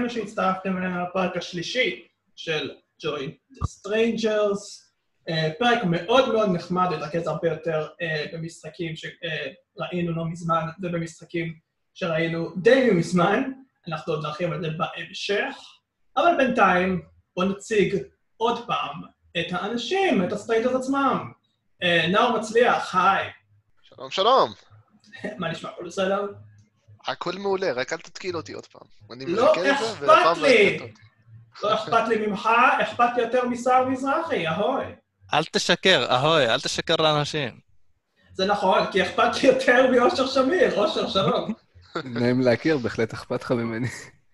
לכם שהצטרפתם אלינו לפרק השלישי של Join the Strangers, פרק מאוד מאוד נחמד, להתרכז הרבה יותר במשחקים שראינו לא מזמן, ובמשחקים שראינו די מזמן, אנחנו עוד נרחיב על זה בהמשך, אבל בינתיים בואו נציג עוד פעם את האנשים, את הסטרנג'רס עצמם. נאור מצליח, היי. שלום, שלום. מה נשמע, כל בסדר? הכל מעולה, רק אל תתקיל אותי עוד פעם. לא אכפת לי! לא אכפת לי ממך, אכפת לי יותר מסער מזרחי, אהוי. אל תשקר, אהוי, אל תשקר לאנשים. זה נכון, כי אכפת לי יותר מאושר שמיר, אושר, שלום. נעים להכיר, בהחלט אכפת לך ממני.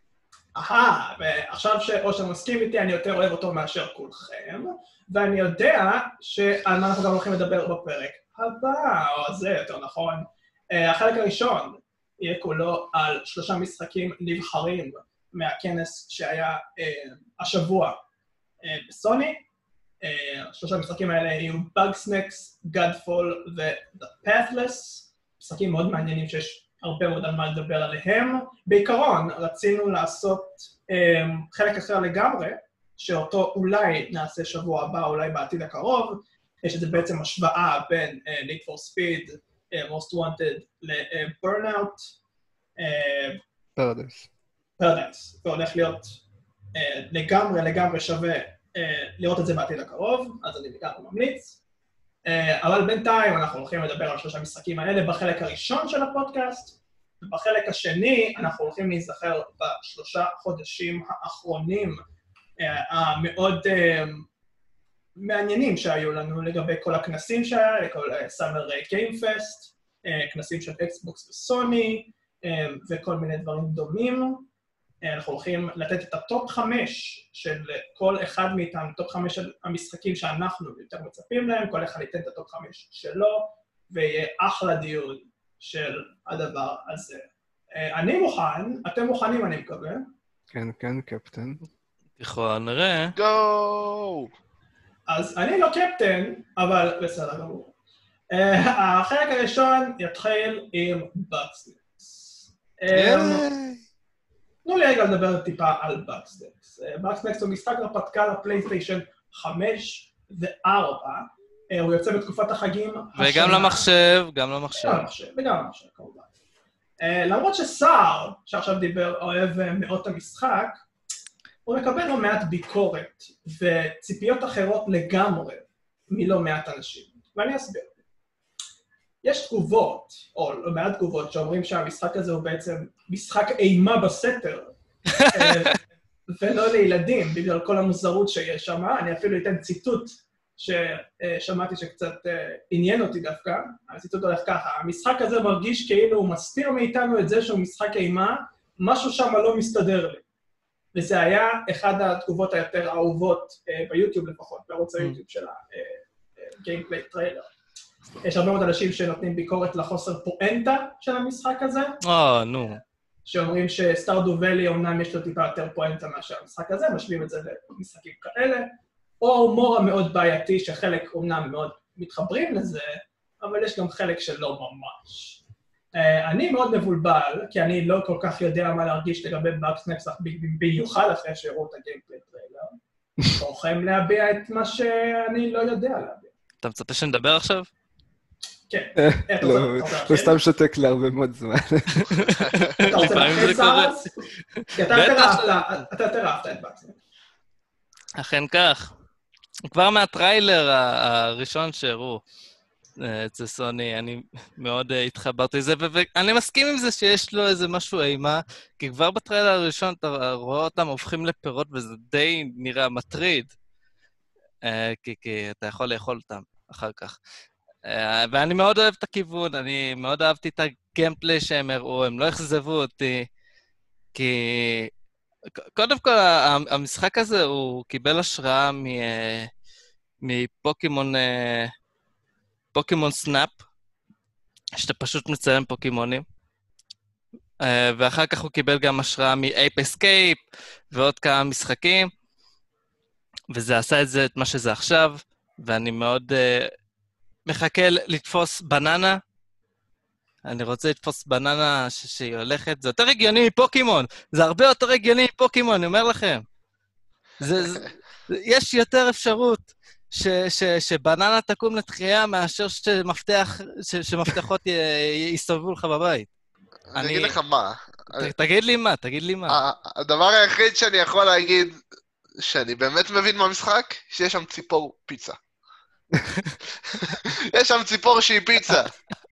ועכשיו שאושר מסכים איתי, אני יותר אוהב אותו מאשר כולכם, ואני יודע שעל מה אנחנו גם הולכים לדבר בפרק הבא, או זה יותר נכון. החלק הראשון יהיה כולו על 3 משחקים נבחרים מהכנס שהיה השבוע בסוני. 3 המשחקים האלה יהיו Bugsnax, Godfall ו-The Pathless, משחקים מאוד מעניינים שיש הרבה מאוד על מה לדבר עליהם. בעיקרון, רצינו לעשות חלק אחר לגמרי, שאותו אולי נעשה שבוע הבא, אולי בעתיד הקרוב. יש את זה בעצם השוואה בין Need for Speed, Most Wanted ל-Burnout. Paradise. והולך להיות לגמרי שווה לראות את זה בעתיד הקרוב, אז אני לגמרי ממליץ. אבל בינתיים אנחנו הולכים לדבר על 3 המשחקים האלה בחלק הראשון של הפודקאסט, ובחלק השני אנחנו הולכים להיזכר ב3 חודשים האחרונים המאוד מעניינים שהיו לנו לגבי כל הכנסים שהיה, לכל Summer Game Fest, כנסים של אקסבוקס וסוני, וכל מיני דברים דומים. אנחנו הולכים לתת את הטופ 5 של כל אחד מאיתנו, טופ 5 של המשחקים שאנחנו יותר מצפים להם, כל אחד ייתן את הטופ 5 שלו, ויהיה אחלה דיון של הדבר הזה. אני מוכן, אתם מוכנים אני מקווה. כן, קפטן. תכף נראה. גו! אז אני לא קפטן, אבל בסדר גמור. החלק הראשון יתחיל עם Bugsnax. תנו לי רגע לדבר טיפה על Bugsnax. Bugsnax הוא משחק הרפתקה לפלייסטיישן 5 ו-4. הוא יוצא בתקופת החגים השנה. וגם למחשב, וגם למחשב, כמובן. למרות שסער, שעכשיו דיבר, אוהב מאוד את המשחק, הוא מקבל לא מעט ביקורת וציפיות אחרות לגמרי מלא מעט אנשים. ואני אסביר. יש תגובות, או לא מעט תגובות, שאומרים שהמשחק הזה הוא בעצם משחק אימה בסתר, ולא לילדים, בגלל כל המוזרות שיש שם. אני אפילו אתן ציטוט ששמעתי שקצת עניין אותי דווקא. הציטוט הולך ככה: המשחק הזה מרגיש כאילו הוא מסתיר מאיתנו את זה שהוא משחק אימה, משהו שם לא מסתדר לי. וזה היה אחד התגובות היותר אהובות ביוטיוב לפחות, בערוץ היוטיוב של הגיימפליי טריילר. יש הרבה מאוד אנשים שנותנים ביקורת לחוסר פואנטה של המשחק הזה. נו. שאומרים שסטארדו ואלי אומנם יש לו טיפה יותר פואנטה מאשר המשחק הזה, משווים את זה למשחקים כאלה, או ההומור המאוד בעייתי שחלק אומנם מאוד מתחברים לזה, אבל יש גם חלק שלא ממש. אני מאוד מבולבל, כי אני לא כל כך יודע מה להרגיש לגבי Bugsnax, במיוחד אחרי שהראו את הגיימפליי טריילר. תורכם להביע את מה שאני לא יודע להביע. אתה מצפה שנדבר עכשיו? כן. לא סתם שותק להרבה מאוד זמן. אתה רוצה להכין סארס? כי אתה יותר אהבת את Bugsnax. אכן כך. כבר מהטריילר הראשון שהראו אצל סוני, אני מאוד התחברתי לזה, ואני מסכים עם זה שיש לו איזה משהו אימה, כי כבר בטריילר הראשון אתה רואה אותם הופכים לפירות, וזה די נראה מטריד, כי אתה יכול לאכול אותם אחר כך. ואני מאוד אוהב את הכיוון, אני מאוד אהבתי את הגיימפליי שהם הראו, הם לא אכזבו אותי, כי קודם כל המשחק הזה הוא קיבל השראה מפוקימון, פוקימון סנאפ, שאתה פשוט מציין פוקימונים, ואחר כך הוא קיבל גם השראה מאייפ אסקייפ ועוד כמה משחקים, וזה עשה את מה שזה עכשיו, ואני מאוד מחכה לתפוס בננה, אני רוצה לתפוס בננה שהיא הולכת, זה יותר הגיוני מפוקימון, זה הרבה יותר הגיוני מפוקימון, אני אומר לכם. יש יותר אפשרות שבננה תקום לתחייה מאשר שמפתחות יסתובבו לך בבית. אני אגיד לך מה. תגיד לי מה. הדבר היחיד שאני יכול להגיד, שאני באמת מבין מהמשחק, שיש שם ציפור פיצה. יש שם ציפור שהיא פיצה.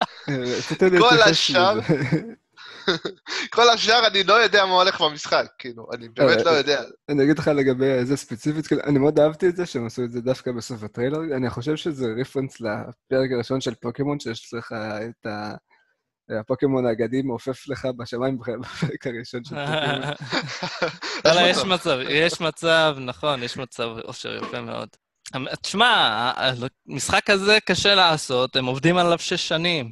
כל השאר אני לא יודע מה הולך במשחק, כאילו, אני באמת לא יודע. אני אגיד לך לגבי זה ספציפית, אני מאוד אהבתי את זה, שהם עשו את זה דווקא בסוף הטריילר, אני חושב שזה רפרנס לפרק הראשון של פוקימון, שיש לך את הפוקימון האגדי מעופף לך בשמיים בפרק הראשון של פוקימון. יש מצב, נכון, יש מצב אושר יפה מאוד. תשמע, המשחק הזה קשה לעשות, הם עובדים עליו 6 שנים.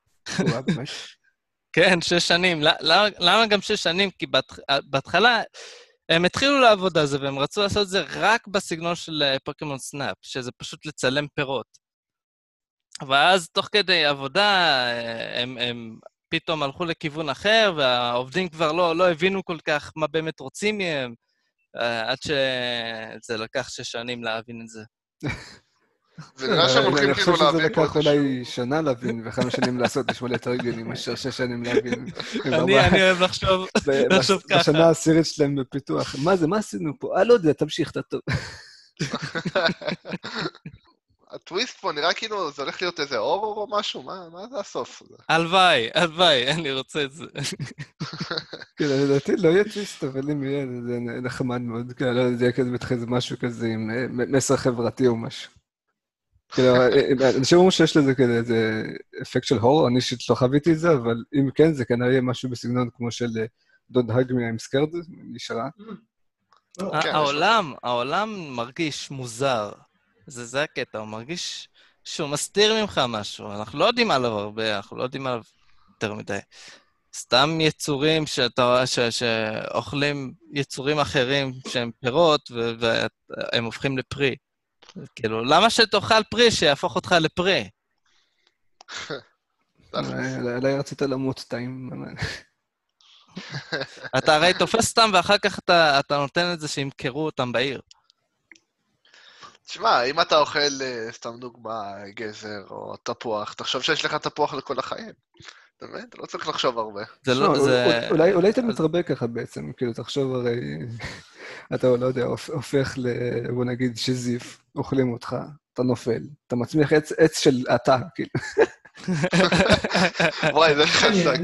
כן, 6 שנים. למה גם 6 שנים? כי בהתחלה הם התחילו לעבוד על זה, והם רצו לעשות את זה רק בסגנון של פוקימון סנאפ, שזה פשוט לצלם פירות. ואז תוך כדי עבודה, הם פתאום הלכו לכיוון אחר, והעובדים כבר לא הבינו כל כך מה באמת רוצים מהם, עד שזה לקח 6 שנים להבין את זה. ונראה שהם הולכים כאילו להבין. אני חושב שזה לקח אולי שנה להבין, ו5 שנים לעשות, נשמע לי יותר הגיוני, מאשר 6 שנים להבין. אני אוהב לחשוב ככה. בשנה העשירית שלהם בפיתוח. מה זה, מה עשינו פה? לא יודע, תמשיך, אתה טוב. הטוויסט פה נראה כאילו זה הולך להיות איזה אור או משהו, מה זה הסוף? הלוואי, אני רוצה את זה. כן, לדעתי לא יהיה טוויסט, אבל אם יהיה, זה נחמד מאוד. כן, לא יודע, זה יהיה כזה בטח איזה משהו כזה עם מסר חברתי או משהו. אנשים אומרים שיש לזה כזה איזה אפקט של הורר, אני אישית לא חוויתי את זה, אבל אם כן, זה כנראה יהיה משהו בסגנון כמו של Don't hug me, I'm scared, נשארה. העולם מרגיש מוזר. זה הקטע, הוא מרגיש שהוא מסתיר ממך משהו. אנחנו לא יודעים עליו הרבה, אנחנו לא יודעים עליו יותר מדי. סתם יצורים שאוכלים יצורים אחרים שהם פירות, והם הופכים לפרי. כאילו, למה שתאכל פרי שיהפוך אותך לפרי? אולי רצית למות טעים. אתה הרי תופס סתם, ואחר כך אתה נותן את זה שימכרו אותם בעיר. תשמע, אם אתה אוכל, סתם דוגמה, גזר או תפוח, תחשוב שיש לך תפוח לכל החיים. אתה מבין? אתה לא צריך לחשוב הרבה. אולי אתה מתרבה ככה בעצם, כאילו, תחשוב הרי... אתה לא יודע, הופך בוא נגיד שזיף, אוכלים אותך, אתה נופל, אתה מצמיח עץ של אתה, כאילו. וואי, זה חזק.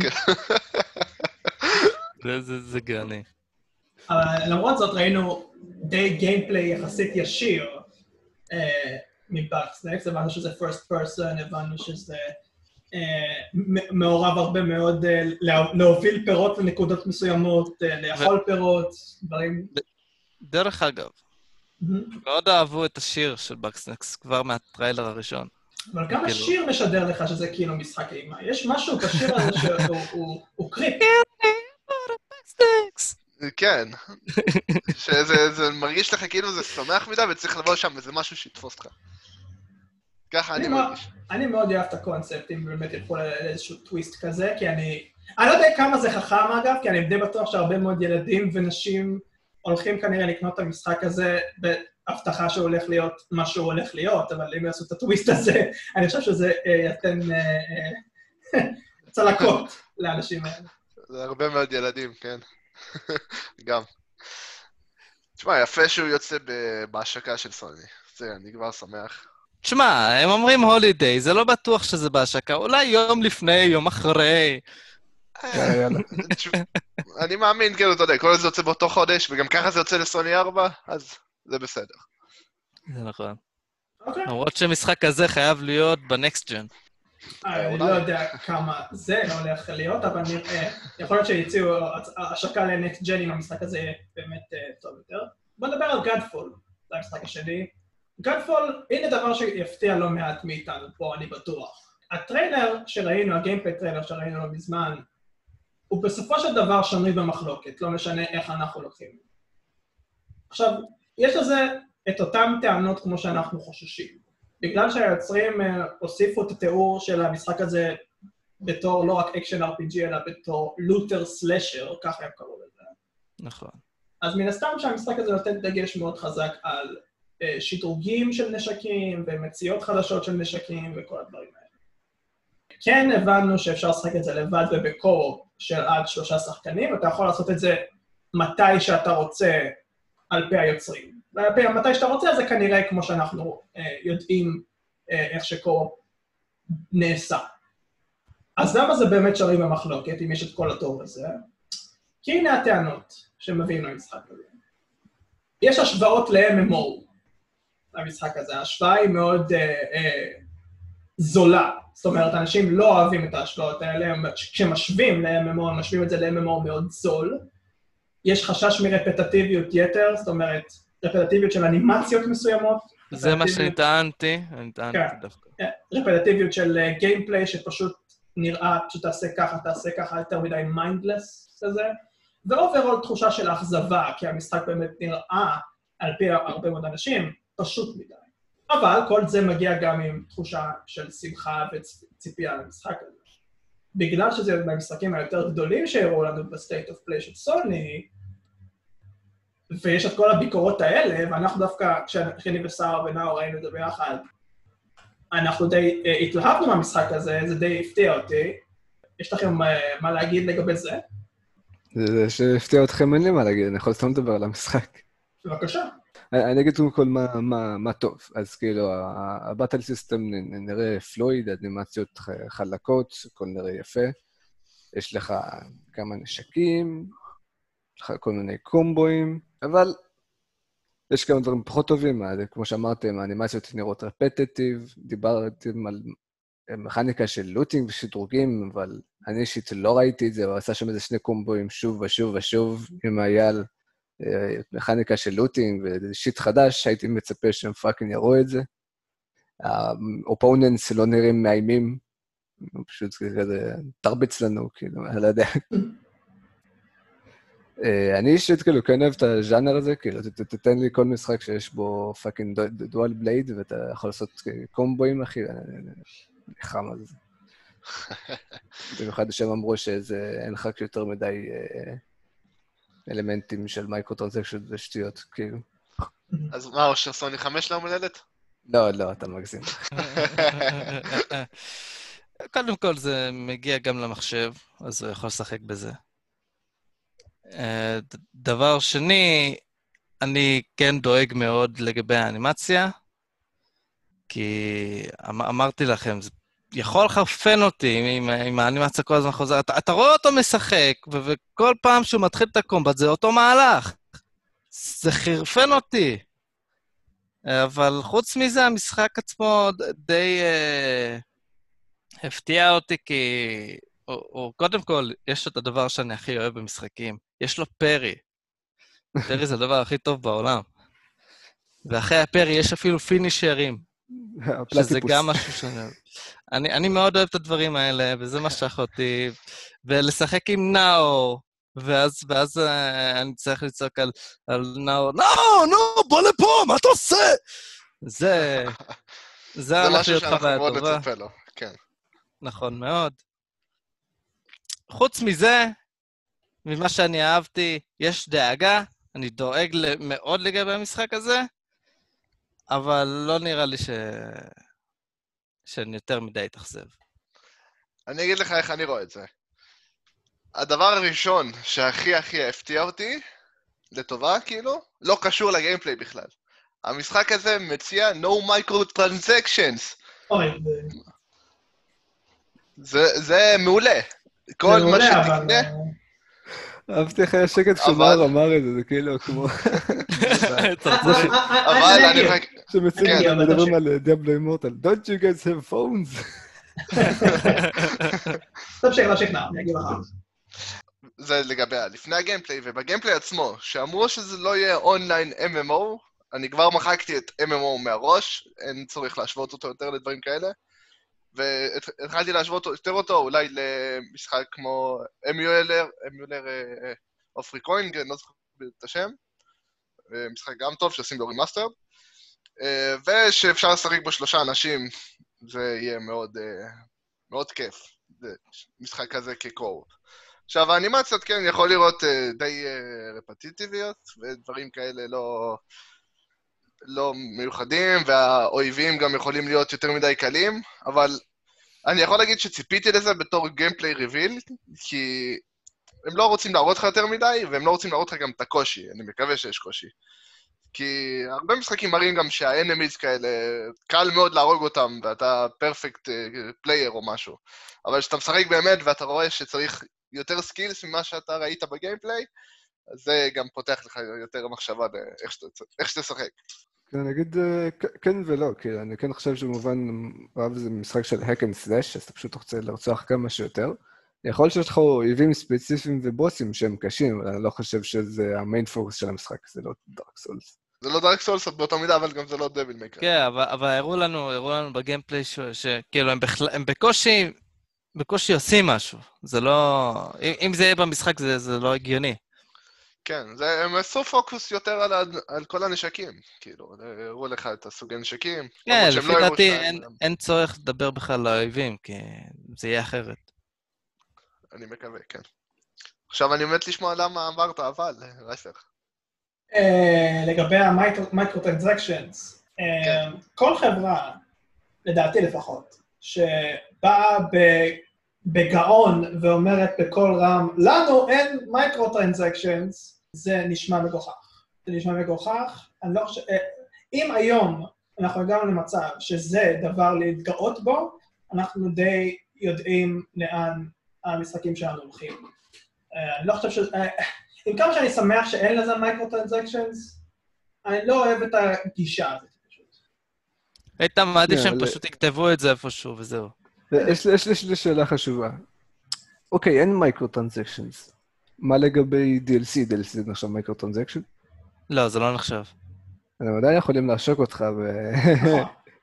זה גאוני. למרות זאת ראינו די גיימפליי יחסית ישיר מבאקסנקס, הבנו שזה first person, הבנו שזה מעורב הרבה מאוד להוביל פירות לנקודות מסוימות, לאכול פירות, דברים... דרך אגב, מאוד אהבו את השיר של באקסנקס כבר מהטריילר הראשון. אבל גם השיר משדר לך שזה כאילו משחק אימה. יש משהו בשיר הזה שהוא קריפ. כן. שזה מרגיש לך כאילו זה שמח מדי וצריך לבוא שם וזה משהו שיתפוס לך. ככה אני מרגיש. אני מאוד אוהב את הקונספט, אם באמת ילכו לאיזשהו טוויסט כזה, כי אני לא יודע כמה זה חכם אגב, כי אני די בטוח שהרבה מאוד ילדים ונשים הולכים כנראה לקנות את המשחק הזה בהבטחה שהוא הולך להיות מה שהוא הולך להיות, אבל אם יעשו את הטוויסט הזה, אני חושב שזה יתן צלקות לאנשים האלה. זה הרבה מאוד ילדים, כן. גם. תשמע, יפה שהוא יוצא בהשקה של סוני. זה, אני כבר שמח. תשמע, הם אומרים הולידיי, זה לא בטוח שזה בהשקה, אולי יום לפני, יום אחרי. אני מאמין, כאילו, אתה יודע, כל זה יוצא באותו חודש, וגם ככה זה יוצא לסוני 4, אז זה בסדר. זה נכון. למרות שמשחק הזה חייב להיות בנקסט ג'ן. אני לא יודע כמה זה הולך להיות, אבל יכול להיות שיציעו השקה לנקסט ג'ן אם המשחק הזה יהיה באמת טוב יותר. בוא נדבר על גאדפול, זה המשחק השני. גאדפול, הנה דבר שיפתיע לא מעט מאיתנו פה, אני בטוח. הטריילר שראינו, הגיימפליי טריילר שראינו לא מזמן, הוא בסופו של דבר שנוי במחלוקת, לא משנה איך אנחנו לוקחים. עכשיו, יש לזה את אותם טענות כמו שאנחנו חוששים. בגלל שהיוצרים הוסיפו את התיאור של המשחק הזה בתור לא רק אקשן RPG, אלא בתור לוטר סלשר, ככה הם קראו לזה. נכון. אז מן הסתם שהמשחק הזה נותן דגש מאוד חזק על שדרוגים של נשקים, ומציאות חדשות של נשקים, וכל הדברים האלה. כן הבנו שאפשר לשחק את זה לבד ובקור של עד 3 שחקנים, אתה יכול לעשות את זה מתי שאתה רוצה על פי היוצרים. מתי שאתה רוצה, זה כנראה כמו שאנחנו יודעים איך שקור נעשה. אז למה זה באמת שרים במחלוקת, אם יש את כל התור הזה? כי הנה הטענות שמביאים למשחק הזה. יש השוואות ל-MMO, למשחק הזה. ההשוואה היא מאוד זולה. זאת אומרת, אנשים לא אוהבים את ההשוואות האלה, כשמשווים ל-MMO, הם משווים את זה ל-MMO מאוד זול. יש חשש מרפטטיביות יתר, זאת אומרת, רפטטיביות של אנימציות מסוימות. זה מה שאני טענתי דווקא. רפטטיביות של גיימפליי שפשוט נראה, פשוט תעשה ככה, יותר מדי מיינדלס כזה. ואוברול תחושה של אכזבה, כי המשחק באמת נראה, על פי הרבה מאוד אנשים, פשוט מדי. אבל כל זה מגיע גם עם תחושה של שמחה וציפייה למשחק הזה. בגלל שזה מהמשחקים היותר גדולים שהראו לנו בסטייט אוף פליי של סוני, ויש את כל הביקורות האלה, ואנחנו דווקא, כשאני וסער ונאור ראינו את זה ביחד, אנחנו די התלהבנו מהמשחק הזה, זה די הפתיע אותי. יש לכם מה להגיד לגבי זה? זה שהפתיע אתכם, אין לי מה להגיד, אני יכול סתם לדבר על המשחק. בבקשה. אני אגיד קודם כל מה טוב. אז כאילו, הבטל סיסטם נראה פלואיד, אנימציות חלקות, הכל נראה יפה. יש לך כמה נשקים, יש לך כל מיני קומבואים, אבל יש כמה דברים פחות טובים. כמו שאמרתם, האנימציות נראות רפטטיב, דיברתם על מכניקה של לוטינג ושדרוגים, אבל אני אישית לא ראיתי את זה, אבל עשה שם איזה 2 קומבואים שוב ושוב ושוב עם אייל, מכניקה של לוטינג ושיט חדש, הייתי מצפה שהם פאקינג יראו את זה. האופוננטס לא נראים מאיימים, פשוט כזה תרביץ לנו, כאילו, אני לא יודע. אני אישית כאילו כן אוהב את הז'אנר הזה, כאילו, תתן לי כל משחק שיש בו פאקינג דואל בלייד, ואתה יכול לעשות קומבואים, אחי, אני חם על זה. במיוחד שהם אמרו שאין לך יותר מדי אלמנטים של מייקרו-טרנזקשן ושטויות, כאילו. אז מה, אושר סוני 5 ליום הולדת? לא, אתה מגזים. קודם כל זה מגיע גם למחשב, אז הוא יכול לשחק בזה. דבר שני, אני כן דואג מאוד לגבי האנימציה, כי אמרתי לכם, זה יכול לחרפן אותי עם האנימציה כל הזמן חוזר. אתה רואה אותו משחק, וכל פעם שהוא מתחיל את הקומבט זה אותו מהלך. זה חרפן אותי. אבל חוץ מזה, המשחק עצמו די הפתיע אותי, כי קודם כל, יש את הדבר שאני הכי אוהב במשחקים. יש לו פרי. פרי זה הדבר הכי טוב בעולם. ואחרי הפרי יש אפילו פינישרים. שזה גם משהו שאני אוהב. אני מאוד אוהב את הדברים האלה, וזה משך אותי. ולשחק עם נאור, ואז אני צריך לצעוק על נאור, נאור, בוא לפה, מה אתה עושה? זה הולך להיות חוויה טובה. זה משהו שאנחנו מאוד נצפה לו, כן. נכון מאוד. חוץ מזה, ממה שאני אהבתי, יש דאגה, אני דואג מאוד לגבי המשחק הזה, אבל לא נראה לי שאני יותר מדי אתאכזב. אני אגיד לך איך אני רואה את זה. הדבר הראשון שהכי הפתיע אותי, לטובה כאילו, לא קשור לגיימפליי בכלל. המשחק הזה מציע no microtransactions. אוי, זה מעולה. כל מה שתקנה... אהבתי איך היה שקט כשנאור אמר את זה, זה כאילו כמו... אבל אני... שמדברים על דיאבלו אימורטל. Don't you guys have phones? טוב שקנאור, אני אגיד לך. זה לגבי לפני הגיימפליי, ובגיימפליי עצמו, שאמרו שזה לא יהיה אונליין MMO, אני כבר מחקתי את MMO מהראש, אין צורך להשוות אותו יותר לדברים כאלה, והתחלתי להשוות יותר אותו אולי למשחק כמו אמיולר אוף ריקוינג, אני לא זוכר את השם, משחק גם טוב שעושים לו רימאסטר, ושאפשר לשחק בו 3 אנשים, זה יהיה מאוד כיף. משחק כזה כקו-אופ. עכשיו, האנימציות, כן, יכול לראות די רפטיטיביות, ודברים כאלה לא מיוחדים, והאויבים גם יכולים להיות יותר מדי קלים, אבל אני יכול להגיד שציפיתי לזה בתור גיימפליי ריביל, כי הם לא רוצים להראות לך יותר מדי, והם לא רוצים להראות לך גם את הקושי, אני מקווה שיש קושי. כי הרבה משחקים מראים גם שהאנמיז כאלה, קל מאוד להרוג אותם, ואתה פרפקט פלייר או משהו. אבל כשאתה משחק באמת, ואתה רואה שצריך יותר סקילס ממה שאתה ראית בגיימפליי, אז זה גם פותח לך יותר מחשבה איך שתשחק. אני אגיד כן ולא, כי אני כן חושב שבמובן רב זה משחק של hack and slash, אז אתה פשוט רוצה לרצוח כמה שיותר. יכול להיות שיש לך אויבים ספציפיים ובוסים שהם קשים, אבל אני לא חושב שזה המיין פוקוס של המשחק, זה לא דארק סולס. זה לא דארק סולס באותה מידה, אבל גם זה לא דביל מייקר. כן, אבל הראו לנו בגיימפליי שכאילו הם בקושי עושים משהו. זה לא... אם זה יהיה במשחק, זה לא הגיוני. כן, הם עשו פוקוס יותר על כל הנשקים, כאילו, הראו לך את הסוגי נשקים. כן, לפי דעתי אין צורך לדבר בכלל לאויבים, כי זה יהיה אחרת. אני מקווה, כן. עכשיו אני מת לשמוע למה אמרת, אבל, רייסר. לגבי המיקרו-טרנזקשנס, כל חברה, לדעתי לפחות, שבאה בגאון ואומרת בכל רם, לנו אין מיקרו-טרנזקשנס, זה נשמע מגוחך. זה נשמע מגוחך, אני לא חושב... אם היום אנחנו הגענו למצב שזה דבר להתגאות בו, אנחנו די יודעים לאן המשחקים שלנו הולכים. אני לא חושב ש... עם כמה שאני שמח שאין לזה מיקרו-טרנזקשנס, אני לא אוהב את הגישה הזאת פשוט. היית מעדיף שהם פשוט יכתבו את זה איפשהו וזהו. יש לי שאלה חשובה. אוקיי, אין מיקרו-טרנזקשנס. מה לגבי DLC? DLC זה נחשב מיקרו-טרנזקשן? לא, זה לא נחשב. הם עדיין יכולים לעשוק אותך ו... נכון.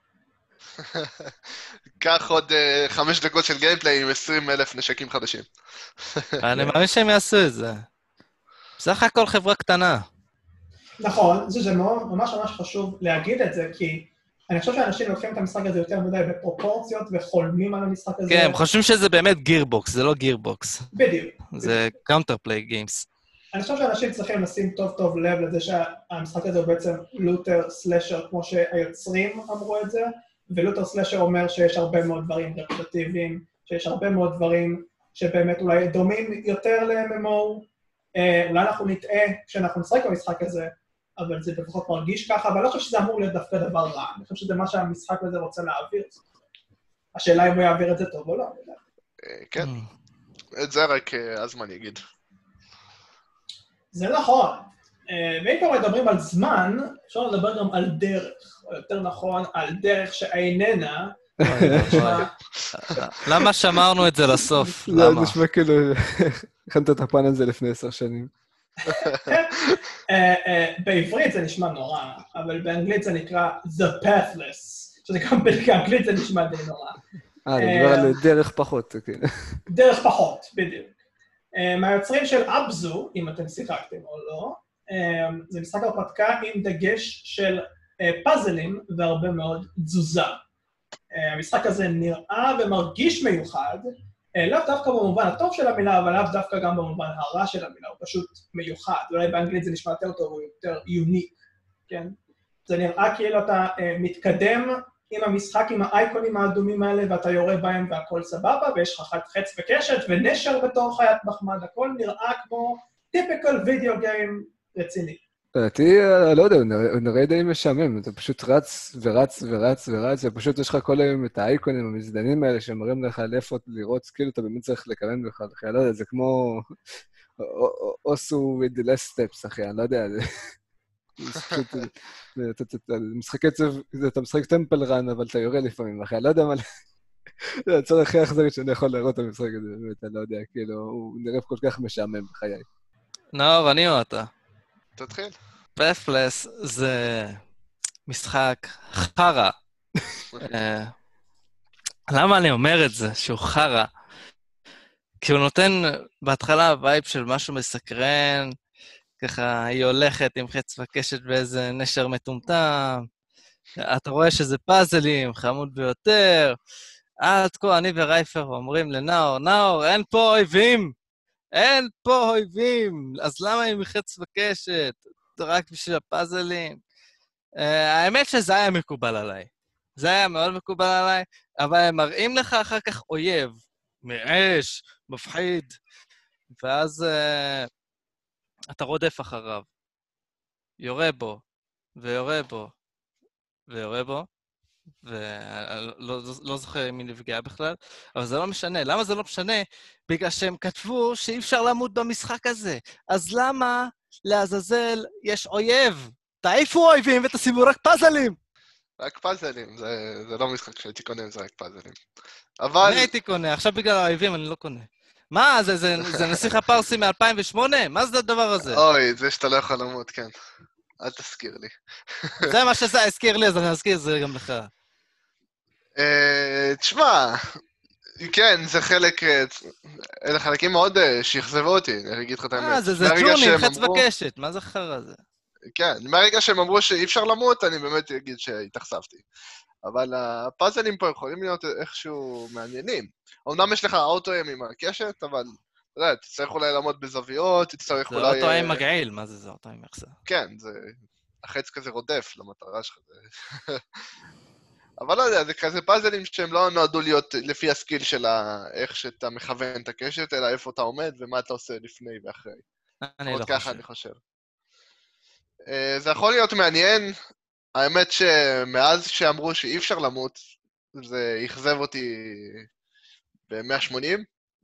קח עוד 5 דקות של גיימפליי עם 20,000 נשקים חדשים. אני מאמין שהם יעשו את זה. בסך הכל חברה קטנה. נכון, זה ממש ממש חשוב להגיד את זה, כי אני חושב שאנשים לוקחים את המשחק הזה יותר מדי בפרופורציות וחולמים על המשחק הזה. כן, הם חושבים שזה באמת גירבוקס, זה לא גירבוקס. בדיוק. זה קאונטר-פליי גיימס. אני חושב שאנשים צריכים לשים טוב לב לזה שהמשחק הזה הוא בעצם לוטר סלשר, כמו שהיוצרים אמרו את זה, ולוטר סלשר אומר שיש הרבה מאוד דברים רפטטיביים, שיש הרבה מאוד דברים שבאמת אולי דומים יותר ל-MMO, אולי אנחנו נטעה כשאנחנו נשחק במשחק הזה, אבל זה לפחות מרגיש ככה, אבל אני לא חושב שזה אמור להיות דווקא דבר רע, אני חושב שזה מה שהמשחק הזה רוצה להעביר. השאלה אם הוא יעביר את זה טוב או לא. כן, את זה רק הזמן יגיד. זה נכון, ואם כבר מדברים על זמן, אפשר לדבר גם על דרך, או יותר נכון, על דרך שאיננה. למה שמרנו את זה לסוף? זה למה? נשמע כאילו, הכנת את הפן הזה לפני 10 שנים. בעברית זה נשמע נורא, אבל באנגלית זה נקרא The Pathless, שזה גם באנגלית זה נשמע די נורא. אני מדבר על דרך פחות, כן. דרך פחות, בדיוק. מהיוצרים של אבזו, אם אתם שיחקתם או לא, זה משחק הרפתקה עם דגש של פאזלים והרבה מאוד תזוזה. המשחק הזה נראה ומרגיש מיוחד, לאו דווקא במובן הטוב של המילה, אבל לאו דווקא גם במובן הרע של המילה, הוא פשוט מיוחד. אולי באנגלית זה נשמע יותר טוב, הוא יותר יוניק, כן? זה נראה כאילו אתה מתקדם עם המשחק, עם האייקונים האדומים האלה, ואתה יורה בהם והכל סבבה, ויש לך חץ וקשת ונשר בתור חיית מחמד, הכל נראה כמו טיפיקל וידאו גיים רציני. לדעתי, לא יודע, הוא נראה די משעמם, אתה פשוט רץ ורץ ורץ ורץ, ופשוט יש לך כל היום את האייקונים המזדנים האלה שמראים לך לאיפה לראות, כאילו אתה באמת צריך לכוון לך, אחי, אני לא יודע, זה כמו also with the last steps, אחי, אני לא יודע, אתה משחק טמפל רן, אבל אתה יורה לפעמים, אחי, אני לא יודע מה, זה הצורה הכי אכזרית שאני יכול לראות את המשחק הזה, באמת, אני לא יודע, כאילו, הוא נראה כל כך משעמם בחיי. נאור, אני או אתה? תתחיל. פאת'לס זה משחק חרא. למה אני אומר את זה, שהוא חרא? כי הוא נותן בהתחלה וייב של משהו מסקרן, ככה היא הולכת עם חץ וקשת באיזה נשר מטומטם, אתה רואה שזה פאזלים, חמוד ביותר, עד כה אני ורייפר אומרים לנאור, נאור, אין פה אויבים! אין פה אויבים! אז למה עם חץ וקשת? רק בשביל הפאזלים? האמת שזה היה מקובל עליי. זה היה מאוד מקובל עליי, אבל הם מראים לך אחר כך אויב, מאש, מפחיד, ואז אתה רודף אחריו. יורה בו, ויורה בו, ויורה בו, ולא זוכר מי נפגע בכלל, אבל זה לא משנה. למה זה לא משנה? בגלל שהם כתבו שאי אפשר למות במשחק הזה. אז למה לעזאזל יש אויב? תעיפו אויבים ותשימו רק פאזלים! רק פאזלים, זה לא משחק שהייתי קונה, זה רק פאזלים. אבל... אני הייתי קונה, עכשיו בגלל האויבים אני לא קונה. מה, זה נסיך הפרסי מ-2008? מה זה הדבר הזה? אוי, זה שאתה לא יכול למות, כן. אל תזכיר לי. זה מה שזה הזכיר לי, אז אני אזכיר את זה גם לך. תשמע, כן, זה חלק... אלה חלקים מאוד שאכזבו אותי, אני אגיד לך את האמת. זה ג'וני, חץ וקשת, מה זה חרא זה? כן, מהרגע שהם אמרו שאי אפשר למות, אני באמת אגיד שהתאכזבתי. אבל הפאזלים פה יכולים להיות איכשהו מעניינים. אמנם יש לך אוטו-אם עם הקשת, אבל אתה יודע, תצטרך אולי לעמוד בזוויות, תצטרך זה אולי... זה אוטו-אם מגעיל, מה זה אוטו-אם יחסה? כן, זה... החץ כזה רודף למטרה שלך. אבל לא יודע, זה כזה פאזלים שהם לא נועדו להיות לפי הסקיל של איך שאתה מכוון את הקשת, אלא איפה אתה עומד ומה אתה עושה לפני ואחרי. אני לא עוד ככה חושב. אני חושב. זה יכול להיות מעניין. האמת שמאז שאמרו שאי אפשר למות, זה אכזב אותי ב-180,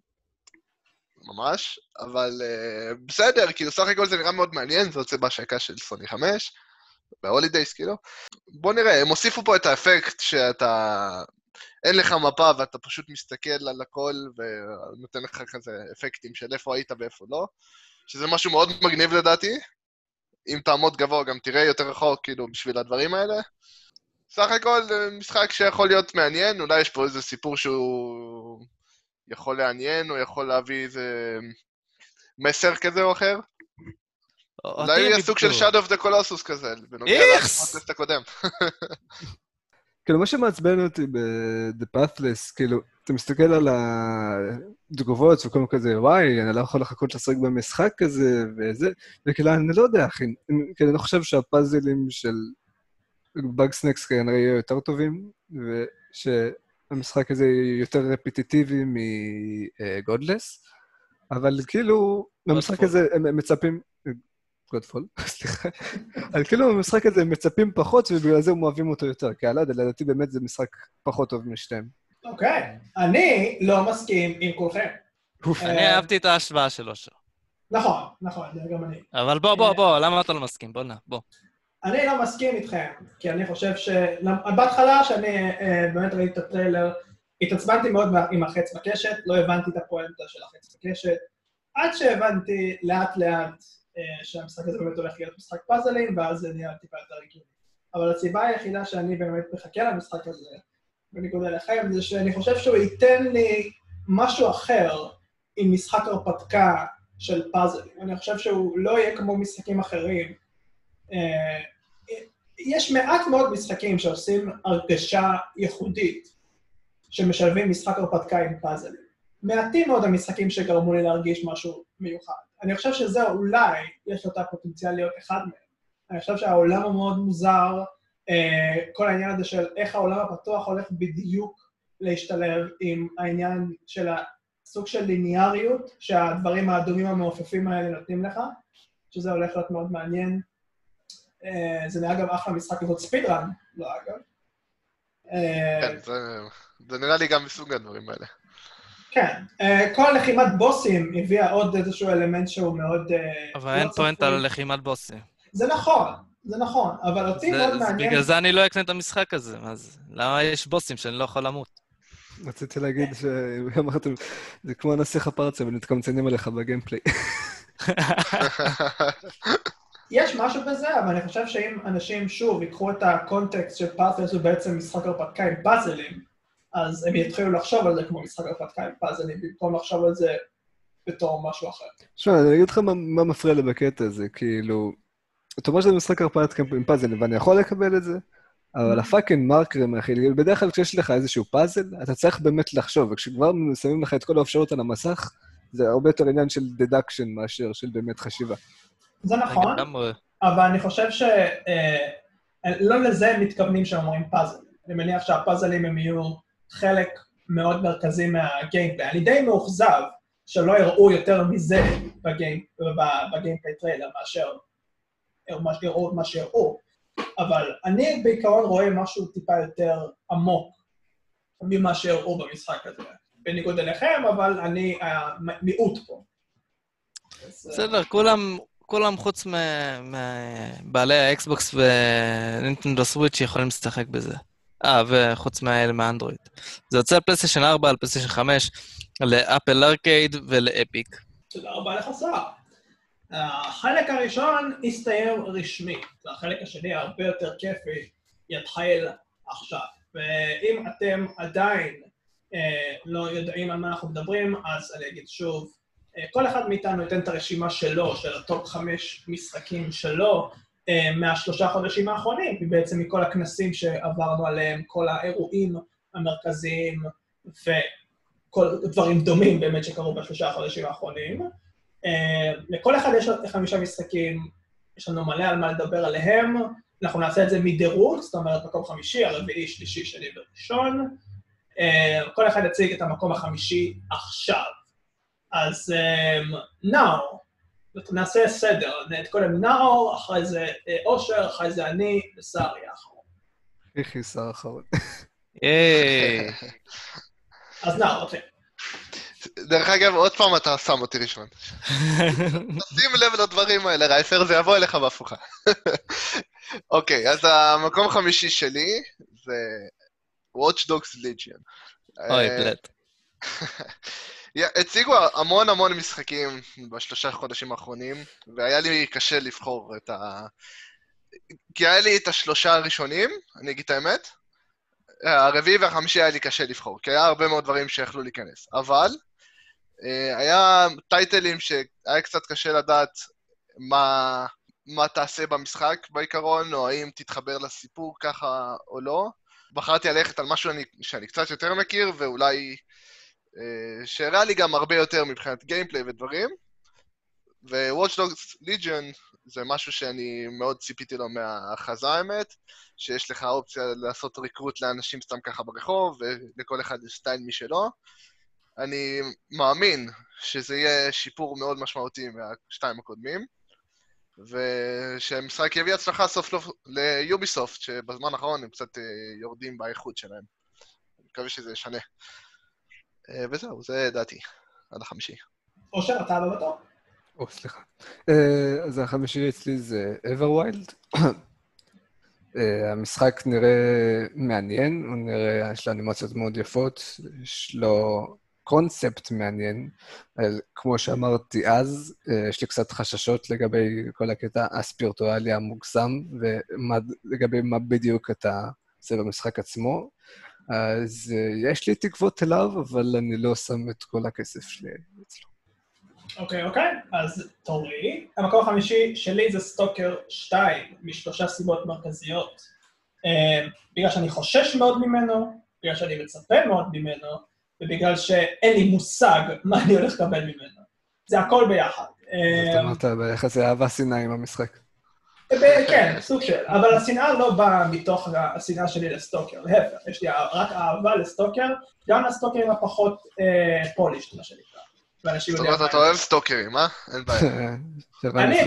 ממש, אבל בסדר, כאילו סך הכל זה נראה מאוד מעניין, זה יוצא בהשקה של סוני 5, בהולידייס כאילו. בוא נראה, הם הוסיפו פה את האפקט שאתה, אין לך מפה ואתה פשוט מסתכל על הכל ונותן לך כזה אפקטים של איפה היית ואיפה לא, שזה משהו מאוד מגניב לדעתי. אם תעמוד גבוה גם תראה יותר רחוק כאילו בשביל הדברים האלה. סך הכל משחק שיכול להיות מעניין, אולי יש פה איזה סיפור שהוא יכול לעניין, או יכול להביא איזה מסר כזה או אחר. אולי יהיה סוג של Shadow of the Colossus כזה, בנוגע לפודקאסט הקודם. כאילו, מה שמעצבן אותי ב-The Pathless, כאילו, אתה מסתכל על התגובות וכל מיני כזה, וואי, אני לא יכול לחכות לשחק במשחק כזה, וזה, וכאילו, אני לא יודע, אחי, כאילו, אני חושב שהפאזלים של Bugsnax כנראה יהיו יותר טובים, ושהמשחק הזה יהיה יותר רפיטיטיבי מ-Godless, אבל כאילו, במשחק הזה הם מצפים... גודפול, סליחה. אבל כאילו במשחק הזה הם מצפים פחות, ובגלל זה הם אוהבים אותו יותר, כי לא יודע, לדעתי באמת זה משחק פחות טוב משתיהם. אוקיי, אני לא מסכים עם כולכם. אני אהבתי את ההשוואה שלו שם. נכון, זה גם אני. אבל בוא, למה אתה לא מסכים? בוא. אני לא מסכים איתכם, כי אני חושב בהתחלה שאני באמת ראיתי את הטריילר, התעצבנתי מאוד עם החץ בקשת, לא הבנתי את הפואנטה של החץ בקשת, עד שהבנתי לאט שהמשחק הזה באמת הולך להיות משחק פאזלים, ואז זה נהיה טיפה יותר הגיוני. אבל הסיבה היחידה שאני באמת מחכה למשחק הזה, בניגוד אליכם, זה שאני חושב שהוא ייתן לי משהו אחר עם משחק הרפתקה של פאזלים. אני חושב שהוא לא יהיה כמו משחקים אחרים. יש מעט מאוד משחקים שעושים הרגשה ייחודית, שמשלבים משחק הרפתקה עם פאזלים. מעטים מאוד המשחקים שגרמו לי להרגיש משהו מיוחד. אני חושב שזה אולי, יש לו את הפוטנציאל להיות אחד מהם. אני חושב שהעולם הוא מאוד מוזר, כל העניין הזה של איך העולם הפתוח הולך בדיוק להשתלב עם העניין של הסוג של ליניאריות, שהדברים האדומים המעופפים האלה נותנים לך, שזה הולך להיות מאוד מעניין. זה נראה גם אחלה משחק לזאת ספידרן, לא אגב. כן, זה נראה לי גם מסוג הדברים האלה. כן, כל לחימת בוסים הביאה עוד איזשהו אלמנט שהוא מאוד... אבל אין פואנט על לחימת בוסים. זה נכון, אבל אותי מאוד מעניין... בגלל זה אני לא אקנה את המשחק הזה, למה יש בוסים שאני לא יכול למות? רציתי להגיד שאמרתם, זה כמו הנסיך הפרצה ונתקמצנים עליך בגיימפליי. יש משהו בזה, אבל אני חושב שאם אנשים שוב ייקחו את הקונטקסט של פאזלס הוא בעצם משחק הרפתקה עם פאזלים, אז הם יתחילו לחשוב על זה כמו משחק הרפתקה עם פאזלים, במקום לחשוב על זה בתור משהו אחר. שמע, אני אגיד לך מה מפריע לי בקטע הזה, כאילו, אתה אומר שזה משחק הרפתקה עם פאזלים, ואני יכול לקבל את זה, אבל הפאקינג מרקרים, אחי, בדרך כלל כשיש לך איזשהו פאזל, אתה צריך באמת לחשוב, וכשכבר שמים לך את כל האפשרויות על המסך, זה הרבה יותר עניין של דדקשן מאשר של באמת חשיבה. זה נכון, אבל אני חושב לא לזה הם מתכוונים שאומרים פאזל. אני מניח שהפאזלים הם יהיו חלק מאוד מרכזי מהגיימפליי. אני די מאוכזב שלא יראו יותר מזה בגיימפליי טריילר מאשר מה שיראו. אבל אני בעיקרון רואה משהו טיפה יותר עמוק ממה שיראו במשחק הזה. בניגוד אליכם, אבל אני מיעוט פה. בסדר, כולם חוץ מבעלי האקסבוקס ונינטנדו סוויץ' יכולים לשחק בזה. וחוץ מהאלה מהאנדרואיד. זה יוצא על פלייסטיישן 4, על פלייסטיישן 5, לאפל ארקייד ולאפיק. תודה רבה לך, שר. החלק הראשון הסתיים רשמי, והחלק השני הרבה יותר כיפי יתחיל עכשיו. ואם אתם עדיין לא יודעים על מה אנחנו מדברים, אז אני אגיד שוב, כל אחד מאיתנו ייתן את הרשימה שלו, של הטופ 5 משחקים שלו, מה3 חודשים האחרונים, ובעצם מכל הכנסים שעברנו עליהם, כל האירועים המרכזיים, וכל דברים דומים באמת שקרו ב3 חודשים האחרונים. לכל אחד יש 5 משחקים, יש לנו מלא על מה לדבר עליהם, אנחנו נעשה את זה מדירוג, זאת אומרת מקום 5, הרביעי, שלישי, שני וראשון. כל אחד יציג את המקום 5 עכשיו. אז נאור, נעשה סדר, קודם נאור, אחרי זה אושר, אחרי זה אני, ושרי האחרון. איך שר האחרון? אז נאור, אוקיי. דרך אגב, עוד פעם אתה שם אותי ראשון. שים לב לדברים האלה, רייפר, זה יבוא אליך בהפוכה. אוקיי, אז המקום 5 שלי זה Watch Dogs Legion. אוי, פלט. הציגו המון משחקים ב3 חודשים האחרונים, והיה לי קשה לבחור את כי היה לי את 3 הראשונים, אני אגיד את האמת, הרביעי והחמישי היה לי קשה לבחור, כי היה הרבה מאוד דברים שיכלו להיכנס. אבל היה טייטלים שהיה קצת קשה לדעת מה תעשה במשחק בעיקרון, או האם תתחבר לסיפור ככה או לא. בחרתי ללכת על משהו שאני קצת יותר מכיר, ואולי שהראה לי גם הרבה יותר מבחינת גיימפליי ודברים. ו-Watch Dogs Legion זה משהו שאני מאוד ציפיתי לו מההכרזה האמת, שיש לך אופציה לעשות ריקרוט לאנשים סתם ככה ברחוב, ולכל אחד יש סטייל משלו. אני מאמין שזה יהיה שיפור מאוד משמעותי מהשתיים הקודמים, ושהמשחק יביא הצלחה סוף ליוביסופט, שבזמן האחרון הם קצת יורדים באיכות שלהם. אני מקווה שזה ישנה. וזהו, זה דעתי, עד החמישי. אושר, אתה הבא בתור? סליחה. אז החמישי אצלי זה Everwild. המשחק נראה מעניין, הוא נראה, יש לו אנימציות מאוד יפות, יש לו קונספט מעניין, כמו שאמרתי אז, יש לי קצת חששות לגבי כל הקטע הספירטואלי המוגזם, ולגבי מה בדיוק אתה עושה במשחק עצמו. אז יש לי תקוות אליו, אבל אני לא שם את כל הכסף שלי אצלו. אוקיי, אז תורי. המקום החמישי שלי זה סטוקר 2, מ3 סיבות מרכזיות. בגלל שאני חושש מאוד ממנו, בגלל שאני מצפה מאוד ממנו, ובגלל שאין לי מושג מה אני הולך לקבל ממנו. זה הכל ביחד. זאת אומרת, ביחסי אהבה שנאה עם המשחק. כן, סוג של. אבל השנאה לא באה מתוך השנאה שלי לסטוקר. להפך, יש לי רק אהבה לסטוקר, גם לסטוקרים הפחות פולישט, מה שנקרא. זאת אומרת, אתה אוהב סטוקרים, אה? אין בעיה. אני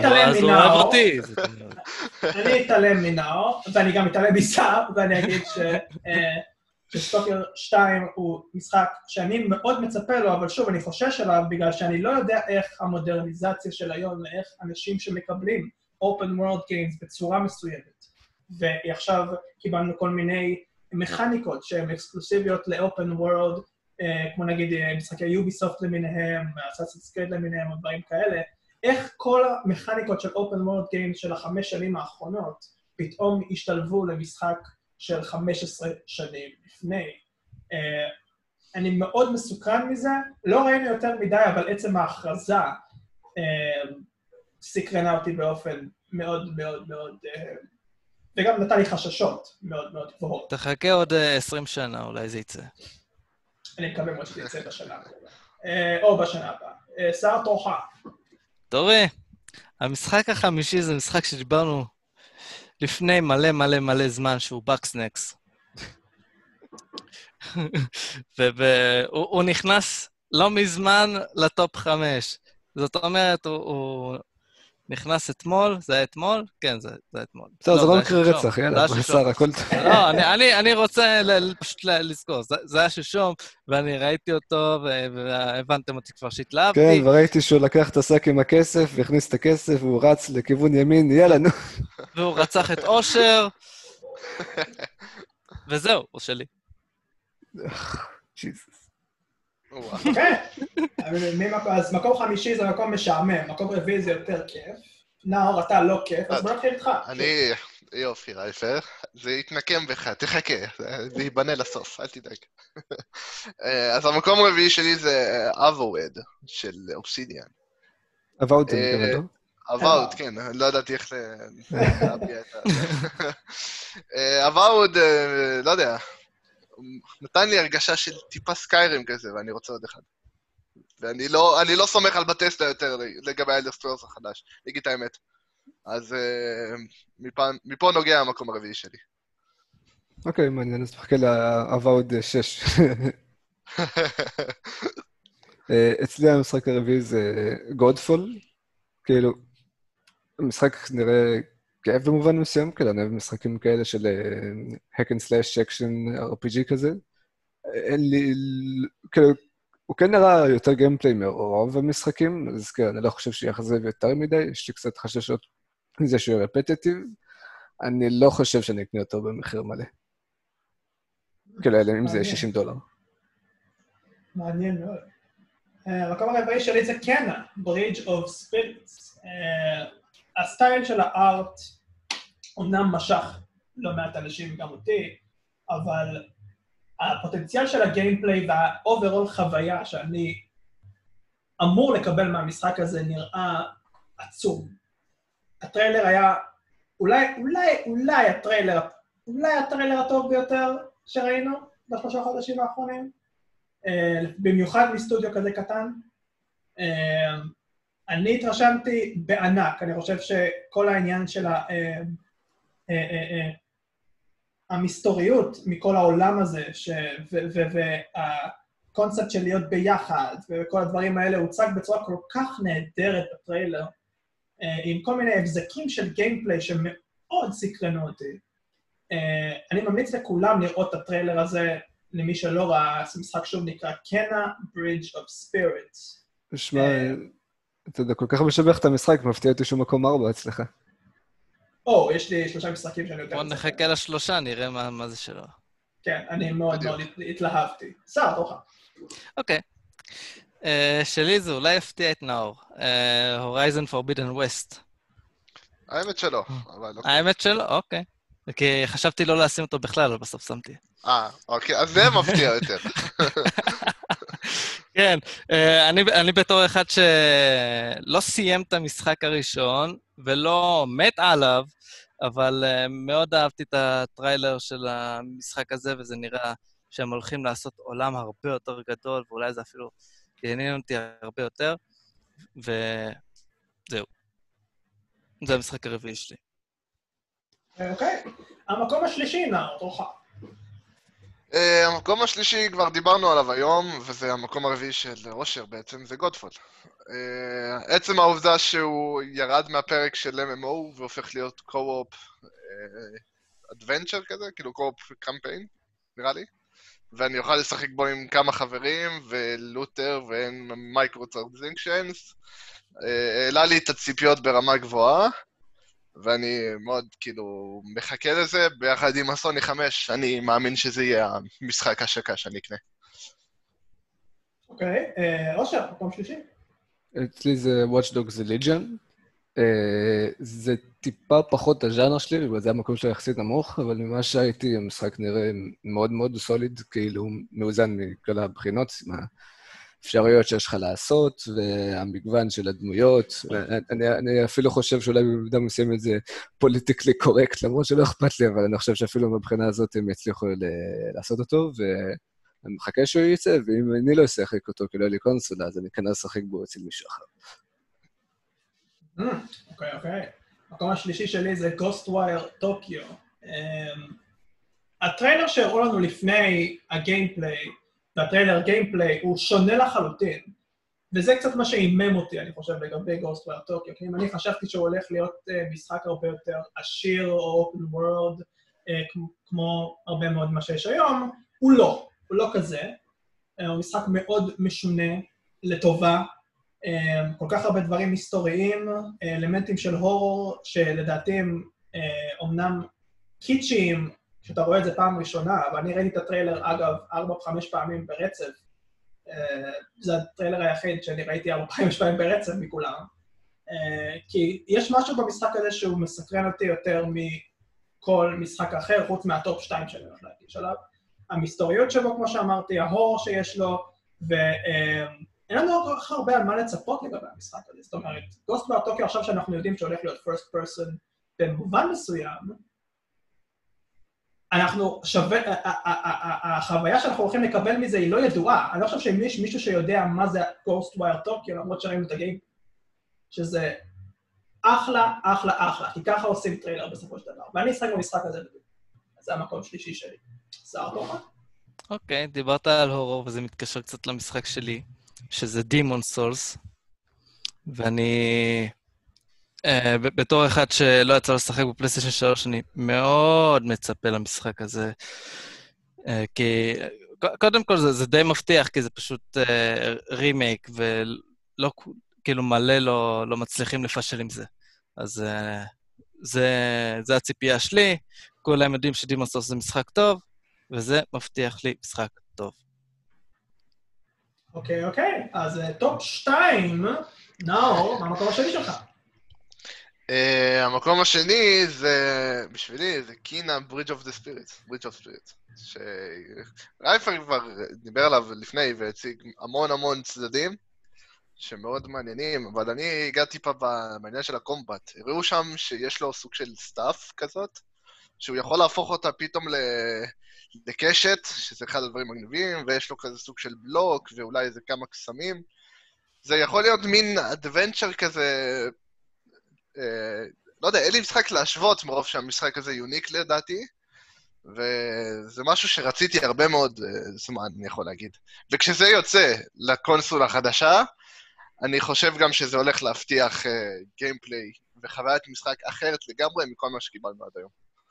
אתעלם מנאור, ואני גם אתעלם מסער, ואני אגיד שסטוקר 2 הוא משחק שאני מאוד מצפה לו, אבל שוב, אני חושש עליו, בגלל שאני לא יודע איך המודרניזציה של היום, איך אנשים שמקבלים open world games בצורה מסוימת, ועכשיו קיבלנו כל מיני מכניקות שהן אקסקלוסיביות ל-open world, כמו נגיד משחקי יוביסופט למיניהם, אסאסינס קריד למיניהם, או דברים כאלה, איך כל המכניקות של open world games של 5 שנים האחרונות פתאום השתלבו למשחק של 15 שנים לפני. אני מאוד מסוכן מזה, לא ראינו יותר מדי, אבל עצם ההכרזה סקרנה אותי באופן מאוד מאוד מאוד וגם נתן לי חששות מאוד מאוד גבוהות. תחכה עוד 20 שנה, אולי זה יצא. אני מקווה מאוד שזה יצא בשנה הקרובה. או בשנה הבאה. שר תורך. תורי, המשחק החמישי זה משחק שדיברנו לפני מלא זמן, שהוא בקסנקס. והוא נכנס לא מזמן לטופ 5. זאת אומרת, הוא נכנס אתמול, זה היה אתמול? כן, זה היה אתמול. טוב, זה לא מקרה רצח, יאללה, שר, הכל טוב. לא, אני רוצה פשוט לזכור, זה היה שלשום, ואני ראיתי אותו, והבנתם אותי כבר שהתלהבתי. כן, וראיתי שהוא לקח את השק עם הכסף, והכניס את הכסף, והוא רץ לכיוון ימין, יאללה, נו. והוא רצח את אושר, וזהו, הוא שלי. ג'יזוס. כן, אז מקום חמישי זה מקום משעמם, מקום רביעי זה יותר כיף. נאור, אתה לא כיף, אז בוא נתחיל איתך. אני... יופי, רייפר. זה יתנקם בך, תחכה, זה ייבנה לסוף, אל תדאג. אז המקום הרביעי שלי זה Avowed של אובסידיאן. עבוד זה מקווה, לא? Avowed, כן, לא ידעתי איך להביע את ה... Avowed, לא יודע, נתן לי הרגשה של טיפה סקיירים כזה, ואני רוצה עוד אחד. ואני לא סומך על בטסטה יותר לגבי אלדר סקרולס החדש, להגיד את האמת. אז מפה נוגע המקום הרביעי שלי. אוקיי, מעניין, אז מחכה לעבוד 6. אצלי המשחק הרביעי זה גודפול. כאילו, המשחק נראה כאב במובן מסוים, כאילו, אני אוהב משחקים כאלה של hack and slash action RPG כזה. אין לי, כאילו, הוא כן נראה יותר גיימפליי מרוב המשחקים, אז כן, אני לא חושב שיחזב יותר מדי, יש לי קצת חששות מזה שהוא רפטטיב, אני לא חושב שאני אקנה אותו במחיר מלא. כאילו, אם זה $60. מעניין מאוד. המקום הרביעי שלי זה קנה, Bridge of Spirits. הסטייל של הארט אומנם משך לא מעט אנשים גם אותי, אבל הפוטנציאל של הגיימפליי והאוברול חוויה שאני אמור לקבל מהמשחק הזה נראה עצום. הטריילר היה אולי הטריילר הטוב ביותר שראינו בשלושה חודשים האחרונים, במיוחד מסטודיו כזה קטן. אני התרשמתי בענק, אני חושב שכל העניין של המסתוריות מכל העולם הזה, והקונספט של להיות ביחד, וכל הדברים האלה הוצג בצורה כל כך נהדרת בטריילר, עם כל מיני הבזקים של גיימפליי שמאוד סקרנו אותי. אני ממליץ לכולם לראות את הטריילר הזה, למי שלא ראה, זה משחק שוב נקרא קנה Bridge of Spirits. תשמע, אתה יודע, כל כך משבח את המשחק, מפתיע אותי שהוא מקום 4 אצלך. יש לי 3 משחקים שאני יותר... בוא נחכה לשלושה, נראה מה זה שלו. כן, אני מאוד מאוד התלהבתי. שר, תורך. אוקיי. שלי זה אולי יפתיע את נאור. Horizon Forbidden West. האמת שלא, אבל לא. האמת שלא, אוקיי. כי חשבתי לא לשים אותו בכלל, אבל בסוף שמתי. אוקיי, אז זה מפתיע יותר. כן, אני בתור אחד שלא סיים את המשחק הראשון, ולא מת עליו, אבל מאוד אהבתי את הטריילר של המשחק הזה, וזה נראה שהם הולכים לעשות עולם הרבה יותר גדול, ואולי זה אפילו יעניין אותי הרבה יותר, וזהו. זה המשחק הרביעי שלי. אוקיי, המקום השלישי, נאור, תורך. המקום השלישי כבר דיברנו עליו היום, וזה המקום הרביעי של אושר בעצם, זה גודפול. עצם העובדה שהוא ירד מהפרק של MMO והופך להיות קו-אופ אדוונצ'ר כזה, כאילו קו-אופ קמפיין, נראה לי. ואני אוכל לשחק בו עם כמה חברים, ולוטר ומייקרו טרנזקשנס. העלה לי את הציפיות ברמה גבוהה, ואני מאוד כאילו מחכה לזה, ביחד עם הסוני 5, אני מאמין שזה יהיה המשחק השקה שאני אקנה. אוקיי, אושר, מקום שלישי. אצלי זה Watch Dogs Legion. זה טיפה פחות הז'אנר שלי, וזה המקום שלו יחסית נמוך, אבל ממה שהייתי, המשחק נראה מאוד מאוד סוליד, כאילו מאוזן מכל הבחינות, האפשרויות שיש לך לעשות, והמגוון של הדמויות. אני אפילו חושב שאולי במידה מסוימת זה פוליטיקלי קורקט, למרות שלא אכפת לי, אבל אני חושב שאפילו מבחינה הזאת הם יצליחו לעשות אותו, ואני מחכה שהוא יצא, ואם אני לא אשחק אותו, כי לא יהיה לי קונסולה, אז אני כנראה אשחק בו אצל מישהו אחר. אוקיי. המקום השלישי שלי זה Ghostwire Tokyo. הטריילר שהראו לנו לפני הגיימפליי, והטריילר גיימפליי הוא שונה לחלוטין, וזה קצת מה שאימם אותי, אני חושב, לגבי Ghostwire Tokyo, כי אם אני חשבתי שהוא הולך להיות משחק הרבה יותר עשיר או open world, כמו הרבה מאוד מה שיש היום, הוא לא כזה. הוא משחק מאוד משונה לטובה, כל כך הרבה דברים היסטוריים, אלמנטים של הורור, שלדעתי הם אומנם קיצ'יים, שאתה רואה את זה פעם ראשונה, ואני ראיתי את הטריילר, אגב, 4-5 פעמים ברצף. זה הטריילר היחיד שאני ראיתי 4-5 פעמים ברצף מכולם. כי יש משהו במשחק הזה שהוא מסקרן אותי יותר מכל משחק אחר, חוץ מהטופ 2 שאני הולך להגיש עליו. המסתוריות שבו, כמו שאמרתי, ההור שיש לו, אין לנו הרבה על מה לצפות לגבי המשחק הזה. זאת אומרת, Ghostwire Tokyo עכשיו שאנחנו יודעים שהולך להיות first person במובן מסוים, החוויה שאנחנו הולכים לקבל מזה היא לא ידועה. אני לא חושב שיש מישהו שיודע מה זה Ghostwire Tokyo, למרות שראינו את הגיים, שזה אחלה, כי ככה עושים טריילר בסופו של דבר. ואני אשחק במשחק הזה בדיוק. זה המקום שלישי שלי. שר תוכה? אוקיי, דיברת על הורור, וזה מתקשר קצת למשחק שלי, שזה Demon's Souls, ואני... בתור אחד שלא יצא לשחק בפלייסטיישן 3, אני מאוד מצפה למשחק הזה, כי קודם כל זה די מבטיח, כי זה פשוט רימייק, ולא כאילו מלא לא מצליחים לפשל עם זה. אז זה הציפייה שלי, כולם יודעים שדימון סולס זה משחק טוב, וזה מבטיח לי משחק טוב. אוקיי, אז טופ 2, נאור, מה המקום השני שלך? המקום השני זה, בשבילי, זה קינה Bridge of Spirits, שרייפר כבר דיבר עליו לפני והציג המון צדדים שמאוד מעניינים, אבל אני הגעתי פה בעניין של הקומבט. הראו שם שיש לו סוג של סטאף כזאת, שהוא יכול להפוך אותה פתאום לקשת, שזה אחד הדברים מגניבים, ויש לו כזה סוג של בלוק, ואולי איזה כמה קסמים. זה יכול להיות מין אדוונצ'ר כזה, לא יודע, אין לי משחק להשוות מרוב שהמשחק הזה יוניק לדעתי, וזה משהו שרציתי הרבה מאוד זמן, אני יכול להגיד. וכשזה יוצא לקונסולה החדשה, אני חושב גם שזה הולך להבטיח גיימפליי וחוויית משחק אחרת לגמרי מכל מה שקיבלנו עד היום.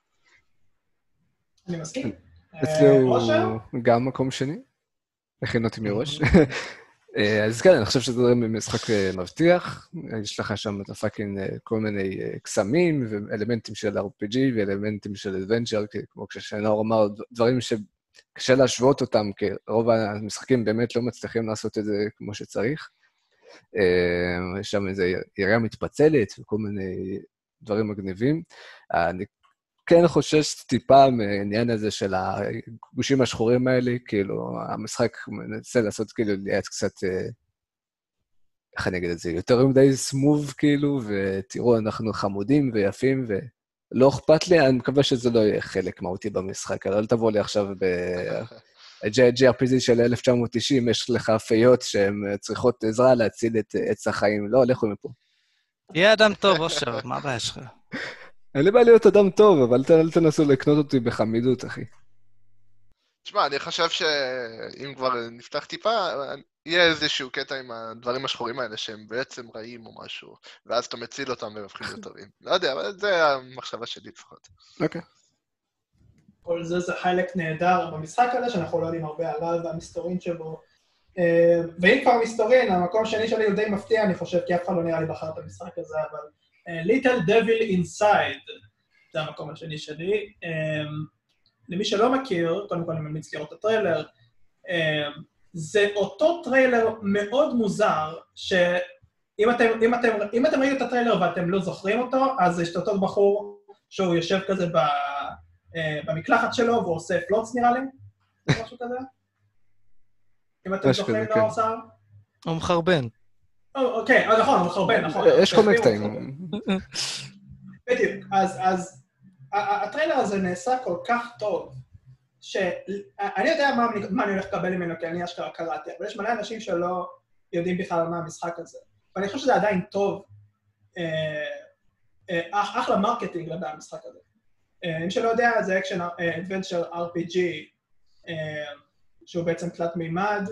אני מסכים. אצלי הוא גם מקום שני, הכין אותי מראש. אז כן, אני חושב שזה משחק מבטיח, יש לך שם את הפאקינג כל מיני קסמים ואלמנטים של RPG ואלמנטים של אדוונצ'ר, כמו כשנאור אמר, דברים שקשה להשוות אותם, כי רוב המשחקים באמת לא מצליחים לעשות את זה כמו שצריך. יש שם איזו יריעה מתפצלת וכל מיני דברים מגניבים. אני כן חושש טיפה מעניין הזה של הגושים השחורים האלה, כאילו, המשחק מנסה לעשות כאילו ליד קצת, איך אני אגיד את זה, יותר מדי סמוב כאילו, ותראו, אנחנו חמודים ויפים, ולא אכפת לי, אני מקווה שזה לא יהיה חלק מהותי במשחק, אבל אל תבוא לי עכשיו ב-JRPG של 1990, יש לך פיות שהן צריכות עזרה להציל את עץ החיים, לא, לכו מפה. יהיה אדם טוב, אושר, מה הבעיה שלך? אין לי בעיה להיות אדם טוב, אבל אל תנסו לקנות אותי בחמידות, אחי. תשמע, אני חושב שאם כבר נפתח טיפה, יהיה איזשהו קטע עם הדברים השחורים האלה שהם בעצם רעים או משהו, ואז אתה מציל אותם והם הופכים להיות טובים. לא יודע, אבל זה המחשבה שלי לפחות. אוקיי. כל זה חלק נהדר במשחק הזה, שאנחנו לא יודעים הרבה עליו, והמסתורין שבו. ואם כבר מסתורין, המקום השני שלי הוא די מפתיע, אני חושב, כי אף אחד לא נראה לי בחר את המשחק הזה, אבל Little Devil Inside, זה המקום השני שלי. למי שלא מכיר, קודם כל אני ממליץ לראות את הטריילר, זה אותו טריילר מאוד מוזר, שאם אתם ראיתם את הטריילר ואתם לא זוכרים אותו, אז יש את אותו בחור שהוא יושב כזה במקלחת שלו, והוא עושה פלוץ נראה לי, משהו כזה. אם אתם זוכרים לא עושה, הוא מחרבן. אוקיי, נכון, הוא מחרבן, נכון. יש כל מיני קטעים. בדיוק, אז הטריילר הזה נעשה כל כך טוב, שאני יודע מה אני הולך לקבל ממנו, כי אני אשכרה קראתי, אבל יש מלא אנשים שלא יודעים בכלל מה המשחק הזה. ואני חושב שזה עדיין טוב, אחלה מרקטינג לגבי המשחק הזה. מי שלא יודע, זה אקשן אדוונצ'ר RPG, שהוא בעצם תלת מימד,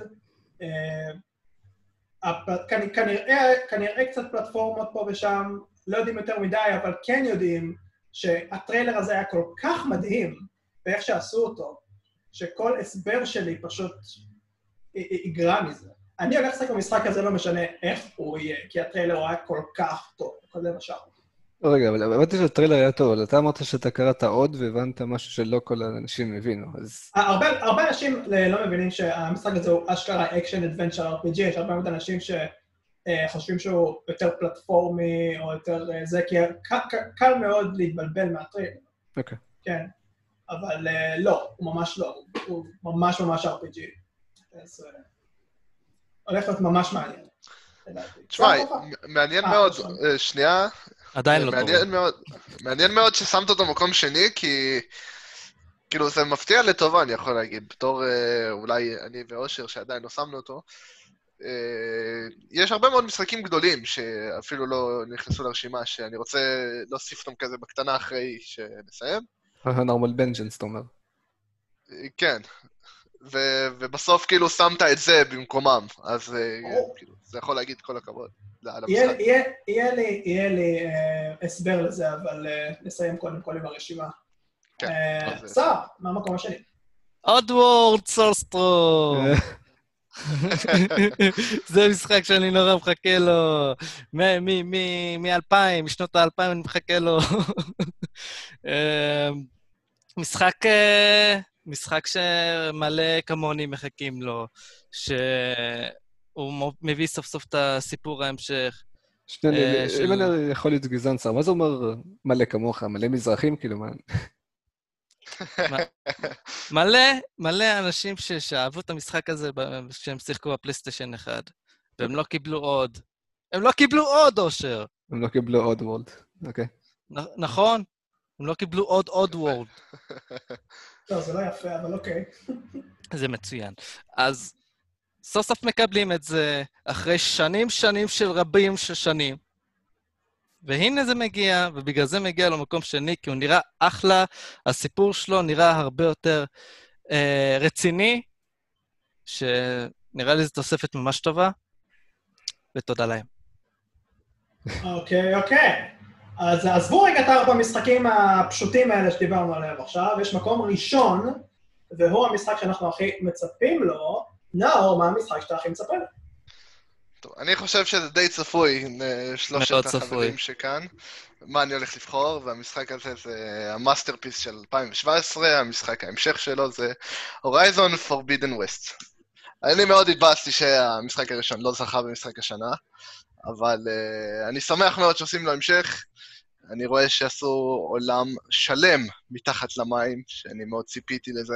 כנראה קצת פלטפורמות פה ושם, לא יודעים יותר מדי, אבל כן יודעים שהטריילר הזה היה כל כך מדהים באיך שעשו אותו, שכל הסבר שלי פשוט יגרע מזה. אני הולך לשחק במשחק הזה, לא משנה איך הוא יהיה, כי הטריילר היה כל כך טוב, כזה משל. רגע, אבל הבנתי שהטריילר היה טוב, אבל אתה אמרת שאתה קראת עוד והבנת משהו שלא כל האנשים הבינו, אז... הרבה אנשים לא מבינים שהמשחק הזה הוא אשכרה אקשן אדוונצ'ר RPG, יש הרבה מאוד אנשים שחושבים שהוא יותר פלטפורמי או יותר זה, כי קל מאוד להתבלבל מהטריילר. אוקיי. כן, אבל לא, הוא ממש לא, הוא ממש ממש RPG. אז הולך להיות ממש מעניין. תשמע, מעניין מאוד, שנייה. עדיין לא טוב. מעניין מאוד ששמת אותו מקום שני, כי כאילו זה מפתיע לטובה, אני יכול להגיד, בתור אולי אני ואושר שעדיין לא שמנו אותו. יש הרבה מאוד משחקים גדולים שאפילו לא נכנסו לרשימה, שאני רוצה להוסיף אותם כזה בקטנה אחרי שנסיים. נורמל בנג'נס, אתה אומר. כן, ובסוף כאילו שמת את זה במקומם, אז כאילו, זה יכול להגיד כל הכבוד. יהיה לי הסבר לזה, אבל נסיים קודם כל עם הרשימה. סער, מה המקום השני? Oddworld Soulstorm. זה משחק שאני נורא מחכה לו. מ-2000, משנות ה-2000 אני מחכה לו. משחק שמלא כמוני מחכים לו, שהוא מביא סוף סוף את הסיפור ההמשך. אם אני יכול להיות גזען צר, מה זה אומר מלא כמוך? מלא מזרחים כאילו, מה? מלא אנשים שאהבו את המשחק הזה כשהם שיחקו בפלייסטיישן 1, והם לא קיבלו עוד. הם לא קיבלו עוד, אושר. הם לא קיבלו עוד וולד, אוקיי. נכון? הם לא קיבלו עוד וולד. לא, זה לא יפה, אבל אוקיי. זה מצוין. אז סוף סוף מקבלים את זה אחרי שנים של רבים של שנים. והנה זה מגיע, ובגלל זה מגיע למקום שני, כי הוא נראה אחלה, הסיפור שלו נראה הרבה יותר רציני, שנראה לי זו תוספת ממש טובה, ותודה להם. אוקיי. אז עזבו רגע את 4 המשחקים הפשוטים האלה שדיברנו עליהם עכשיו, יש מקום ראשון, והוא המשחק שאנחנו הכי מצפים לו. נאור, מה המשחק שאתה הכי מצפה לו? טוב, אני חושב שזה די צפוי, שלושת החברים שכאן. מה אני הולך לבחור, והמשחק הזה זה המאסטרפיס של 2017, המשחק ההמשך שלו זה Horizon Forbidden West. אני מאוד התבאסתי שהמשחק הראשון לא זכה במשחק השנה, אבל אני שמח מאוד שעושים לו המשך. אני רואה שעשו עולם שלם מתחת למים, שאני מאוד ציפיתי לזה.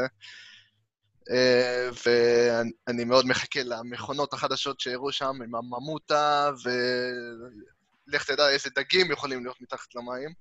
ואני מאוד מחכה למכונות החדשות שהראו שם, עם הממוטה, ולך תדע איזה דגים יכולים להיות מתחת למים.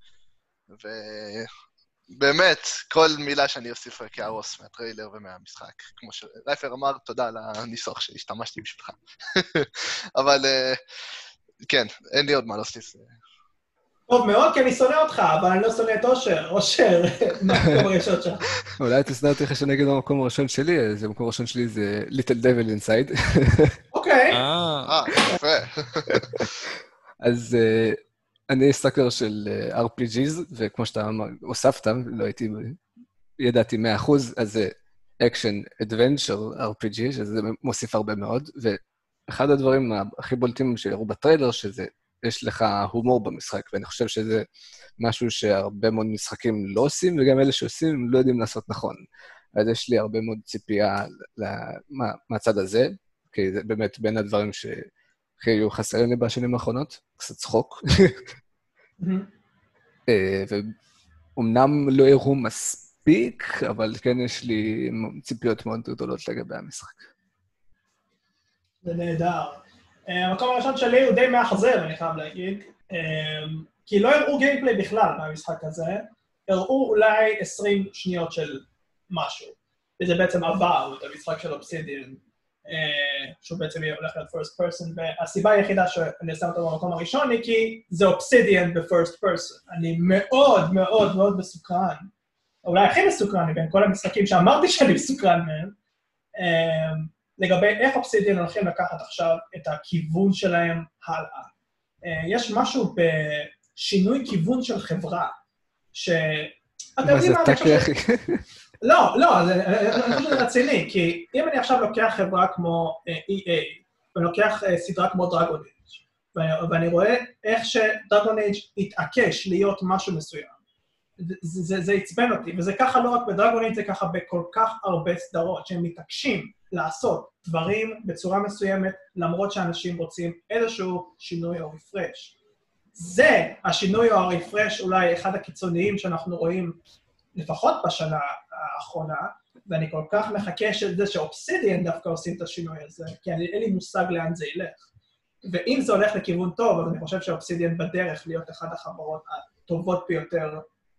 ובאמת, כל מילה שאני אוסיף רק יהרוס מהטריילר ומהמשחק. כמו שרייפר אמר, תודה על הניסוח שהשתמשתי בשבילך. אבל כן, אין לי עוד מה להוסיף. טוב מאוד, כי אני שונא אותך, אבל אני לא שונא את אושר. אושר, מה המקום הראשון שלך? אולי תשנא אותי אחרי שאני אגיד המקום הראשון שלי, אז המקום הראשון שלי זה Little Devil Inside. אוקיי. יפה. אז אני סטאקר של RPGs, וכמו שאתה הוספת, לא הייתי, ידעתי 100%, אז זה Action Adventure RPG, שזה מוסיף הרבה מאוד, ואחד הדברים הכי בולטים שהראו בטריילר, שזה יש לך הומור במשחק, ואני חושב שזה משהו שהרבה מאוד משחקים לא עושים, וגם אלה שעושים לא יודעים לעשות נכון. אז יש לי הרבה מאוד ציפייה מהצד הזה, כי זה באמת בין הדברים שהכי היו חסרים לי בשנים האחרונות, קצת צחוק. ואומנם לא הראו מספיק, אבל כן יש לי ציפיות מאוד גדולות לגבי המשחק. זה נהדר. המקום הראשון שלי הוא די מאכזב, אני חייב להגיד, כי לא הראו גיימפליי בכלל מהמשחק הזה, הראו אולי 20 שניות של משהו, וזה בעצם עבר את המשחק של אובסידיאן, שהוא בעצם הולך להיות first person, והסיבה היחידה שאני שם אותו במקום הראשון היא כי זה אובסידיאן ב-first person. אני מאוד מאוד מאוד מסוקרן, אולי הכי מסוקרן מבין כל המשחקים שאמרתי שאני מסוקרן מהם, לגבי איך אובסידיאן הולכים לקחת עכשיו את הכיוון שלהם הלאה. יש משהו בשינוי כיוון של חברה, מה זה טקי אחי? לא, אני חושב שזה רציני, כי אם אני עכשיו לוקח חברה כמו EA, ואני לוקח סדרה כמו דרגון אייג', ואני רואה איך שדרגון אייג' התעקש להיות משהו מסוים, זה עצבן אותי, וזה ככה לא רק בדרגון אייג', זה ככה בכל כך הרבה סדרות, שהם מתעקשים לעשות דברים בצורה מסוימת, למרות שאנשים רוצים איזשהו שינוי או רפרש. זה השינוי או הרפרש אולי אחד הקיצוניים שאנחנו רואים לפחות בשנה האחרונה, ואני כל כך מחכה שזה שאובסידיאן דווקא עושים את השינוי הזה, כי אין לי מושג לאן זה ילך. ואם זה הולך לכיוון טוב, אז אני חושב שאובסידיאן בדרך להיות אחת החברות הטובות ביותר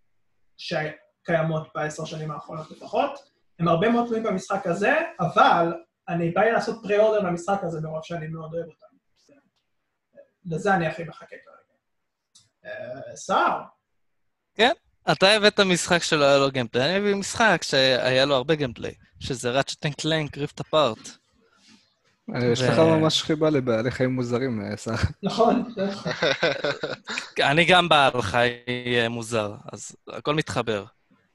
שקיימות ב10 שנים האחרונות לפחות. הם הרבה מאוד תלויים במשחק הזה, אבל אני בא לי לעשות פרי-אורדר למשחק הזה ברוב שאני מאוד אוהב אותם. לזה אני הכי מחכה כרגע. סער. כן, אתה הבאת משחק שלא היה לו גיימפליי, אני הביא משחק שהיה לו הרבה גיימפליי, שזה Ratchet & Clank Rift Apart. יש לך ממש חיבה לבעלי חיים מוזרים, סער. נכון. אני גם בעל חי מוזר, אז הכל מתחבר.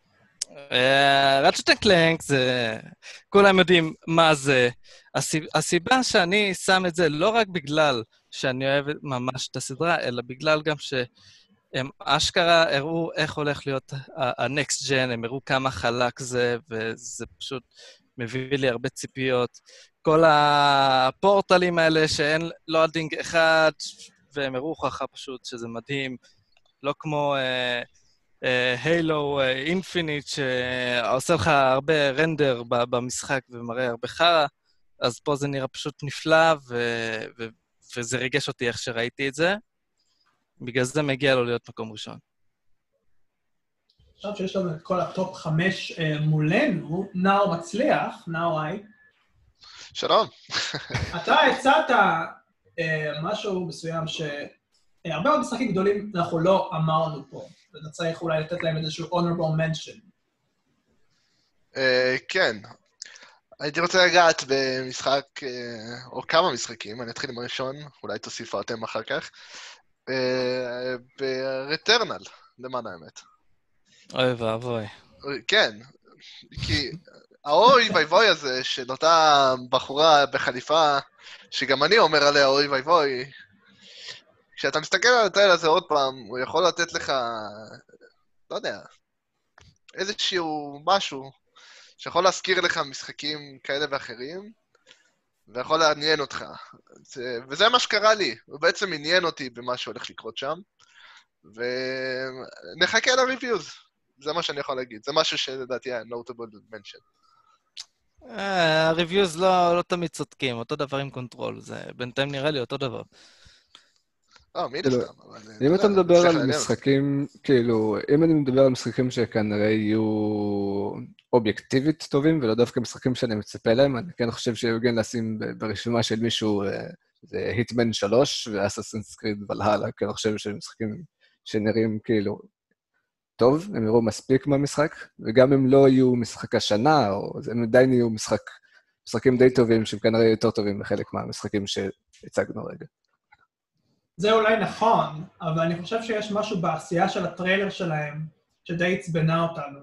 Ratchet & Clank זה... כולם יודעים מה זה. הסיבה שאני שם את זה לא רק בגלל שאני אוהב ממש את הסדרה, אלא בגלל גם שהם אשכרה הראו איך הולך להיות ה-next gen, הם הראו כמה חלק זה, וזה פשוט מביא לי הרבה ציפיות. כל הפורטלים האלה שאין לואדינג אחד, והם הראו הוכחה פשוט שזה מדהים, לא כמו... הילו אינפיניט שעושה לך הרבה רנדר במשחק ומראה הרבה חרה, אז פה זה נראה פשוט נפלא, וזה ריגש אותי איך שראיתי את זה. בגלל זה מגיע לו להיות מקום ראשון. עכשיו שיש לנו את כל הטופ 5 מולנו, נאור מצליח, נאור היי. שלום. אתה הצעת משהו מסוים שהרבה מאוד משחקים גדולים אנחנו לא אמרנו פה. ואתה צריך אולי לתת להם איזשהו honorable mention. כן. הייתי רוצה לגעת במשחק, או כמה משחקים, אני אתחיל עם הראשון, אולי תוסיפו אתם אחר כך, ב-Returnal, למען האמת. אוי ואבוי. כן, כי האוי ואבוי הזה של אותה בחורה בחליפה, שגם אני אומר עליה אוי ואבוי, כשאתה מסתכל על הטייל הזה עוד פעם, הוא יכול לתת לך, לא יודע, איזשהו משהו שיכול להזכיר לך משחקים כאלה ואחרים, ויכול לעניין אותך. וזה מה שקרה לי, הוא בעצם עניין אותי במה שהולך לקרות שם, ונחכה לריוויוז, זה מה שאני יכול להגיד, זה משהו שלדעתי היה notable mention. הריוויוז לא תמיד צודקים, אותו דבר עם קונטרול, זה בינתיים נראה לי אותו דבר. מי נסתם? אם אתה מדבר על משחקים, כאילו, אם אני מדבר על משחקים שכנראה יהיו אובייקטיבית טובים, ולא דווקא משחקים שאני מצפה להם, אני כן חושב שיוגן לשים ברשימה של מישהו, זה היטמן 3 ואסאסינס קריד ולהלה, כי אני חושב שהם משחקים שנראים כאילו טוב, הם יראו מספיק מהמשחק, וגם אם לא יהיו משחק השנה, הם עדיין יהיו משחקים די טובים, שהם כנראה יותר טובים מחלק מהמשחקים שהצגנו רגע. זה אולי נכון, אבל אני חושב שיש משהו בעשייה של הטריילר שלהם, שדי עצבנה אותנו,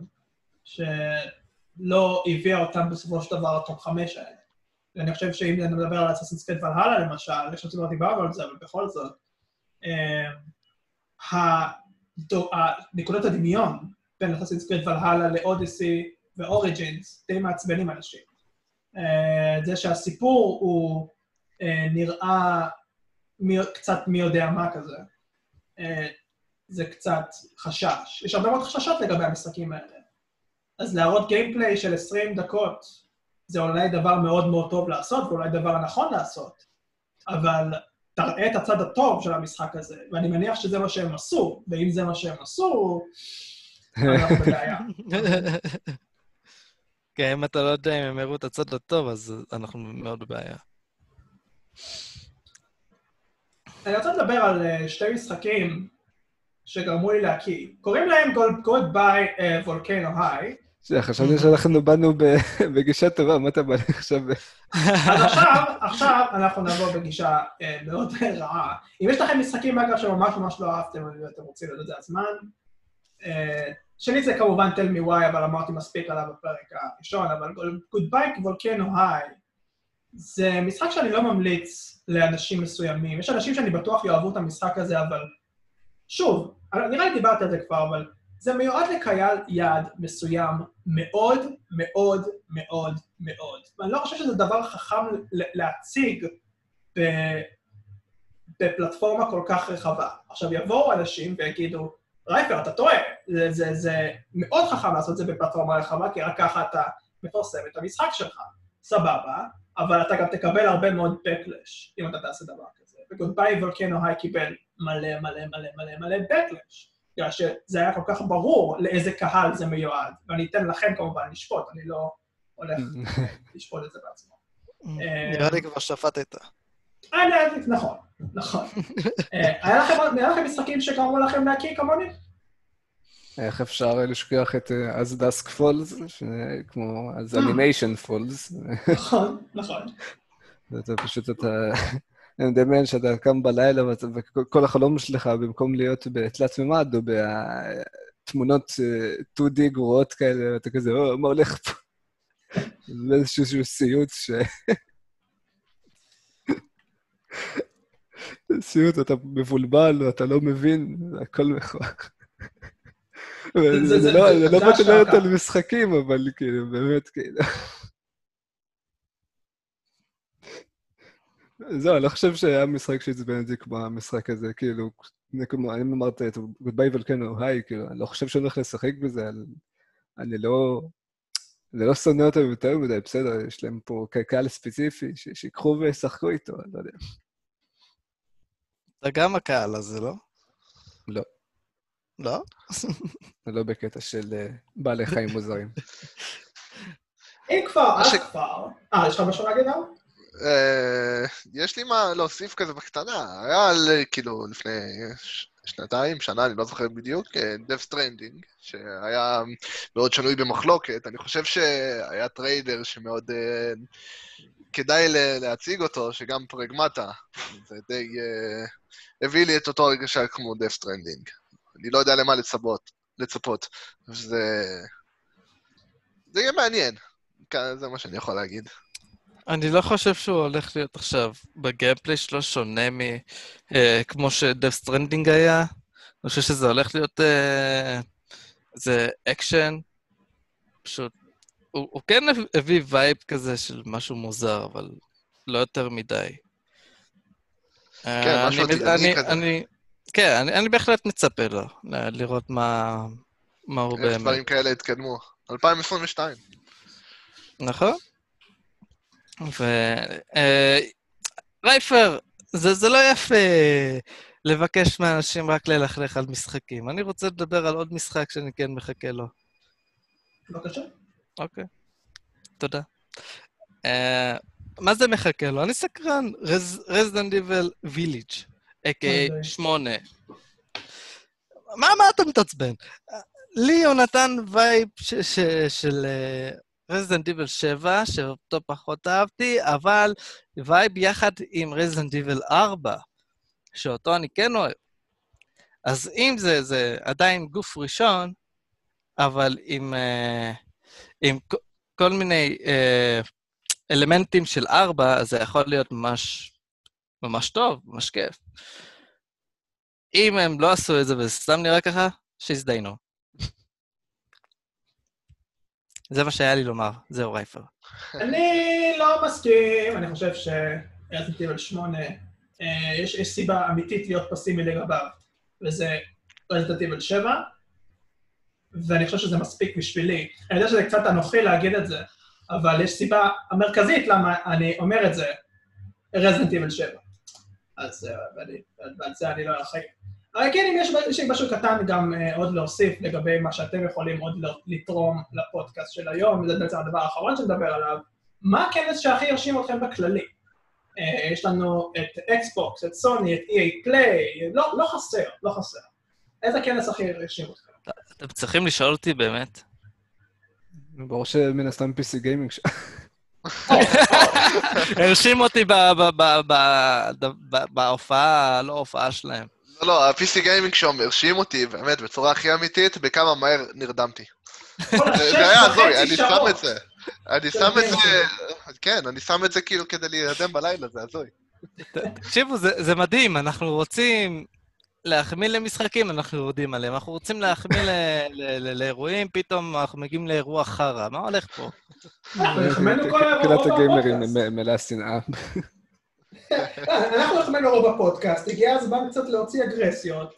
שלא הביאה אותם בסופו של דבר לטופ 5 האלה. ואני חושב שאם נדבר על אסאסינס קריד ולהלה למשל, יש עוד סיבות דיברנו על זה, אבל בכל זאת, נקודות הדמיון בין אסאסינס קריד ולהלה לאודיסי ואוריג'ינס די מעצבנים אנשים. זה שהסיפור הוא נראה קצת מי יודע מה כזה. זה קצת חשש. יש הרבה מאוד חששות לגבי המשחקים האלה. אז להראות גיימפליי של 20 דקות, זה אולי דבר מאוד מאוד טוב לעשות, ואולי דבר נכון לעשות. אבל תראה את הצד הטוב של המשחק הזה, ואני מניח שזה מה שהם עשו, ואם זה מה שהם עשו, אנחנו בבעיה. כן, אם אתה לא יודע אם הם הראו את הצד הטוב, אז אנחנו מאוד בבעיה. אני רוצה לדבר על שתי משחקים שגרמו לי להקיא. קוראים להם Goodbye Volcano High. חשבתי שאנחנו באנו בגישה טובה, מה אתה בא לי עכשיו? אז עכשיו אנחנו נעבור בגישה מאוד רעה. אם יש לכם משחקים, אגב, שממש ממש לא אהבתם, ואתם רוצים לדעת את זה הזמן, שני זה כמובן Tell Me Why, אבל אמרתי מספיק עליו בפרק הראשון, אבל Goodbye Volcano High, זה משחק שאני לא ממליץ לאנשים מסוימים. יש אנשים שאני בטוח יאהבו את המשחק הזה, אבל שוב, נראה לי דיברתי על זה כבר, אבל זה מיועד לקהל יעד מסוים מאוד מאוד מאוד מאוד. ואני לא חושב שזה דבר חכם להציג בפלטפורמה כל כך רחבה. עכשיו יבואו אנשים ויגידו, רייפר, אתה טועה, זה מאוד חכם לעשות את זה בפלטפורמה רחבה, כי רק ככה אתה מפרסם את המשחק שלך. סבבה, אבל אתה גם תקבל הרבה מאוד backlash, אם אתה תעשה דבר כזה. ו-Goodbye Volcano High קיבל מלא מלא מלא מלא מלא backlash. בגלל שזה היה כל כך ברור לאיזה קהל זה מיועד, ואני אתן לכם כמובן לשפוט, אני לא הולך לשפוט את זה בעצמו. נראה לי כבר שפטת. נכון, נכון. היה לכם משחקים שקראו לכם להקיא כמוני? איך אפשר לשכוח את As Dusk Falls, כמו As Animation Falls. נכון, נכון. זה פשוט אני מדמיין שאתה קם בלילה, וכל החלום שלך, במקום להיות בתלת ממד, או בתמונות 2D גרועות כאלה, ואתה כזה, מה הולך פה? זה איזשהו סיוט סיוט, אתה מבולבל, או אתה לא מבין, הכל מכוח. זה לא מתנהלת על משחקים, אבל כאילו, באמת כאילו. זהו, אני לא חושב שהיה משחק שהצבן את זה כמו המשחק הזה, כאילו, אני אמרת את Goodbye Volcano High, כאילו, אני לא חושב שאני הולך לשחק בזה, אני לא שונא אותם יותר מדי, בסדר, יש להם פה קהל ספציפי, שיקחו וישחקו איתו, אני לא יודע. זה גם הקהל הזה, לא? לא. לא? זה לא בקטע של בעלי חיים מוזרים. אם כבר, אז כבר. יש לך משהו להגיד now? יש לי מה להוסיף כזה בקטנה. היה כאילו לפני שנתיים, שנה, אני לא זוכר בדיוק, Death Stranding, שהיה מאוד שנוי במחלוקת. אני חושב שהיה טריידר שמאוד כדאי להציג אותו, שגם פרגמטה, זה די הביא לי את אותו הרגשה כמו Death Stranding. אני לא יודע למה לצפות. זה יהיה מעניין. זה מה שאני יכול להגיד. אני לא חושב שהוא הולך להיות עכשיו בגיימפליי שלו שונה כמו שדף סטרנדינג היה. אני חושב שזה הולך להיות זה אקשן. פשוט, הוא כן הביא וייב כזה של משהו מוזר, אבל לא יותר מדי. כן, משהו עתידני כזה. כן, אני בהחלט מצפה לו, לראות מה הוא באמת. איך דברים כאלה התקדמו. 2022. נכון. רייפר, זה לא יפה לבקש מאנשים רק ללכלך על משחקים. אני רוצה לדבר על עוד משחק שאני כן מחכה לו. בבקשה. אוקיי, תודה. מה זה מחכה לו? אני סקרן, Resident Evil Village, a.k.a. 8. מה אתה מתעצבן? לי הוא נתן וייב של Resident Evil 7, שאותו פחות אהבתי, אבל וייב יחד עם Resident Evil 4, שאותו אני כן אוהב. אז אם זה עדיין גוף ראשון, אבל עם כל מיני אלמנטים של 4, אז זה יכול להיות ממש טוב, ממש כיף. אם הם לא עשו את זה וזה סתם נראה ככה, שיזדיינו. זה מה שהיה לי לומר, זהו רייפר. אני לא מסכים, אני חושב ש-Resident Evil 8, יש סיבה אמיתית להיות פסימי לגביו, וזה Resident Evil 7, ואני חושב שזה מספיק בשבילי. אני יודע שזה קצת אנוכי להגיד את זה, אבל יש סיבה המרכזית למה אני אומר את זה, Resident Evil 7. אז ועל זה אני לא ארחיב. אבל כן, אם יש לי משהו קטן גם עוד להוסיף לגבי מה שאתם יכולים עוד לתרום לפודקאסט של היום, וזה בעצם הדבר האחרון שנדבר עליו, מה הכנס שהכי ירשים אתכם בכללי? יש לנו את אקסבוקס, את סוני, את EA Play, לא חסר. איזה כנס הכי ירשים אתכם? אתם צריכים לשאול אותי באמת. ברור שמן הסתם PC גיימינג שם. הרשים אותי בהופעה, לא הופעה שלהם. לא, ה-PC גיימינג שם הרשים אותי, באמת, בצורה הכי אמיתית, בכמה מהר נרדמתי. זה היה הזוי, אני שם את זה, כן, אני שם את זה כאילו כדי להירדם בלילה, זה הזוי. תקשיבו, זה מדהים, אנחנו רוצים להחמיא למשחקים, אנחנו יודעים עליהם, אנחנו רוצים להחמיא לאירועים, פתאום אנחנו מגיעים לאירוע חרא, מה הולך פה? החמאנו כל האירוע קהילת הגיימרים בפודקאסט. מלאה שנאה. אנחנו החמאנו רוב בפודקאסט, הגיע הזמן קצת להוציא אגרסיות.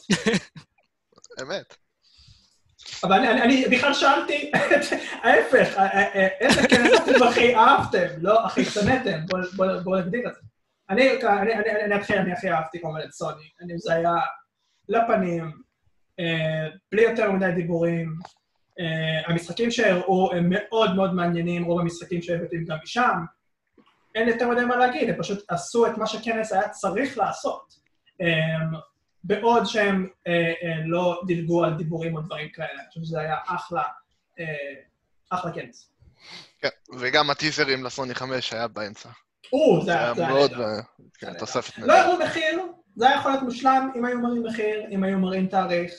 אמת. אבל אני בכלל שאלתי, ההפך, איזה כנס אתם הכי אהבתם, לא הכי שנאתם, בואו נגדיר את זה. אני הכי אהבתי כמובן את סוני, זה היה לפנים, בלי יותר מדי דיבורים, המשחקים שהראו הם מאוד מאוד מעניינים, רוב המשחקים שהבאתם גם משם, אין יותר מדי מה להגיד, הם פשוט עשו את מה שכנס היה צריך לעשות. בעוד שהם לא דילגו על דיבורים או דברים כאלה. אני חושב שזה היה אחלה כנס. כן, וגם הטיזרים לסוני 5 היה באמצע. זה היה מאוד, כן, תוספת לא הראו מחיר, זה היה יכול להיות מושלם אם היו מראים מחיר, אם היו מראים תאריך.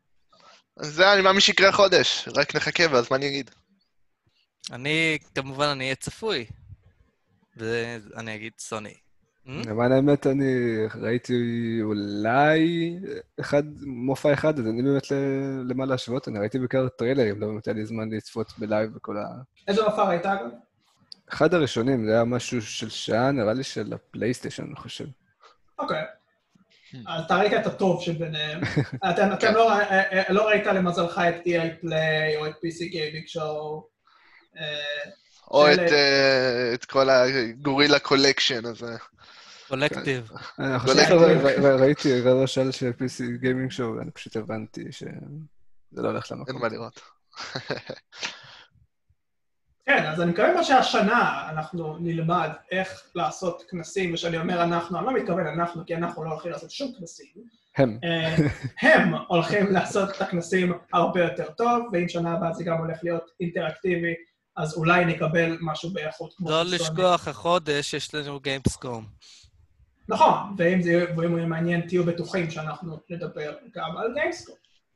זה אני מאמין שיקרה חודש, רק נחכה ואז מה אני אגיד. כמובן, אני אהיה צפוי, ואני אגיד סוני. למען האמת, אני ראיתי אולי מופע אחד, אז אני באמת למה להשוות, אני ראיתי בעיקר טריילרים, לא באמת היה לי זמן לצפות בלייב וכל ה... איזה מופע ראית אגב? אחד הראשונים, זה היה משהו של שעה, נראה לי של הפלייסטיישן, אני חושב. אוקיי. אז אתה ראית את הטוב שביניהם. אתם לא ראית למזלך את EA Play או את PC Gaming Show. או את כל הגורילה קולקשן הזה. קולקטיב. אני חושב שראיתי רבע שעה של PC Gaming Show, ואני פשוט הבנתי שזה לא הולך למקום. אין מה לראות. כן, אז אני מקווה שהשנה אנחנו נלמד איך לעשות כנסים, ושאני אומר אנחנו, אני לא מתכוון אנחנו, כי אנחנו לא הולכים לעשות שום כנסים. הם הולכים לעשות את הכנסים הרבה יותר טוב, ואם שנה הבאה זה גם הולך להיות אינטראקטיבי, אז אולי נקבל משהו באיכות כמו לא לשכוח, החודש יש לנו גיימסקום. נכון, ואם הוא יהיה מעניין, תהיו בטוחים שאנחנו נדבר גם על גיימסקום.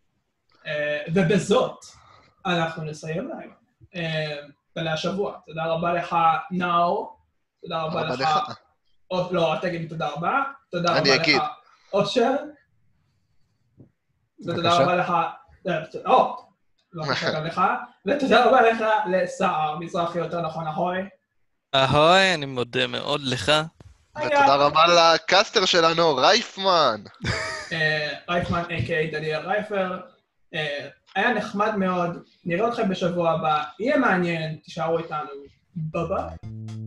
ובזאת אנחנו נסיים להיום. ולהשבוע. תודה רבה לך, נאור. תודה רבה לך. לא, תגיד תודה רבה. תודה רבה לך, אושר. ותודה רבה לך... לא חושב גם לך. ותודה רבה לך לסער מזרחי, יותר נכון, אהוי. אהוי, אני מודה מאוד לך. ותודה רבה לקאסטר שלנו, רייפמן. רייפמן, a.k.a. דניאל רייפר. היה נחמד מאוד, נראה אתכם בשבוע הבא, יהיה מעניין, תישארו איתנו, ביי ביי.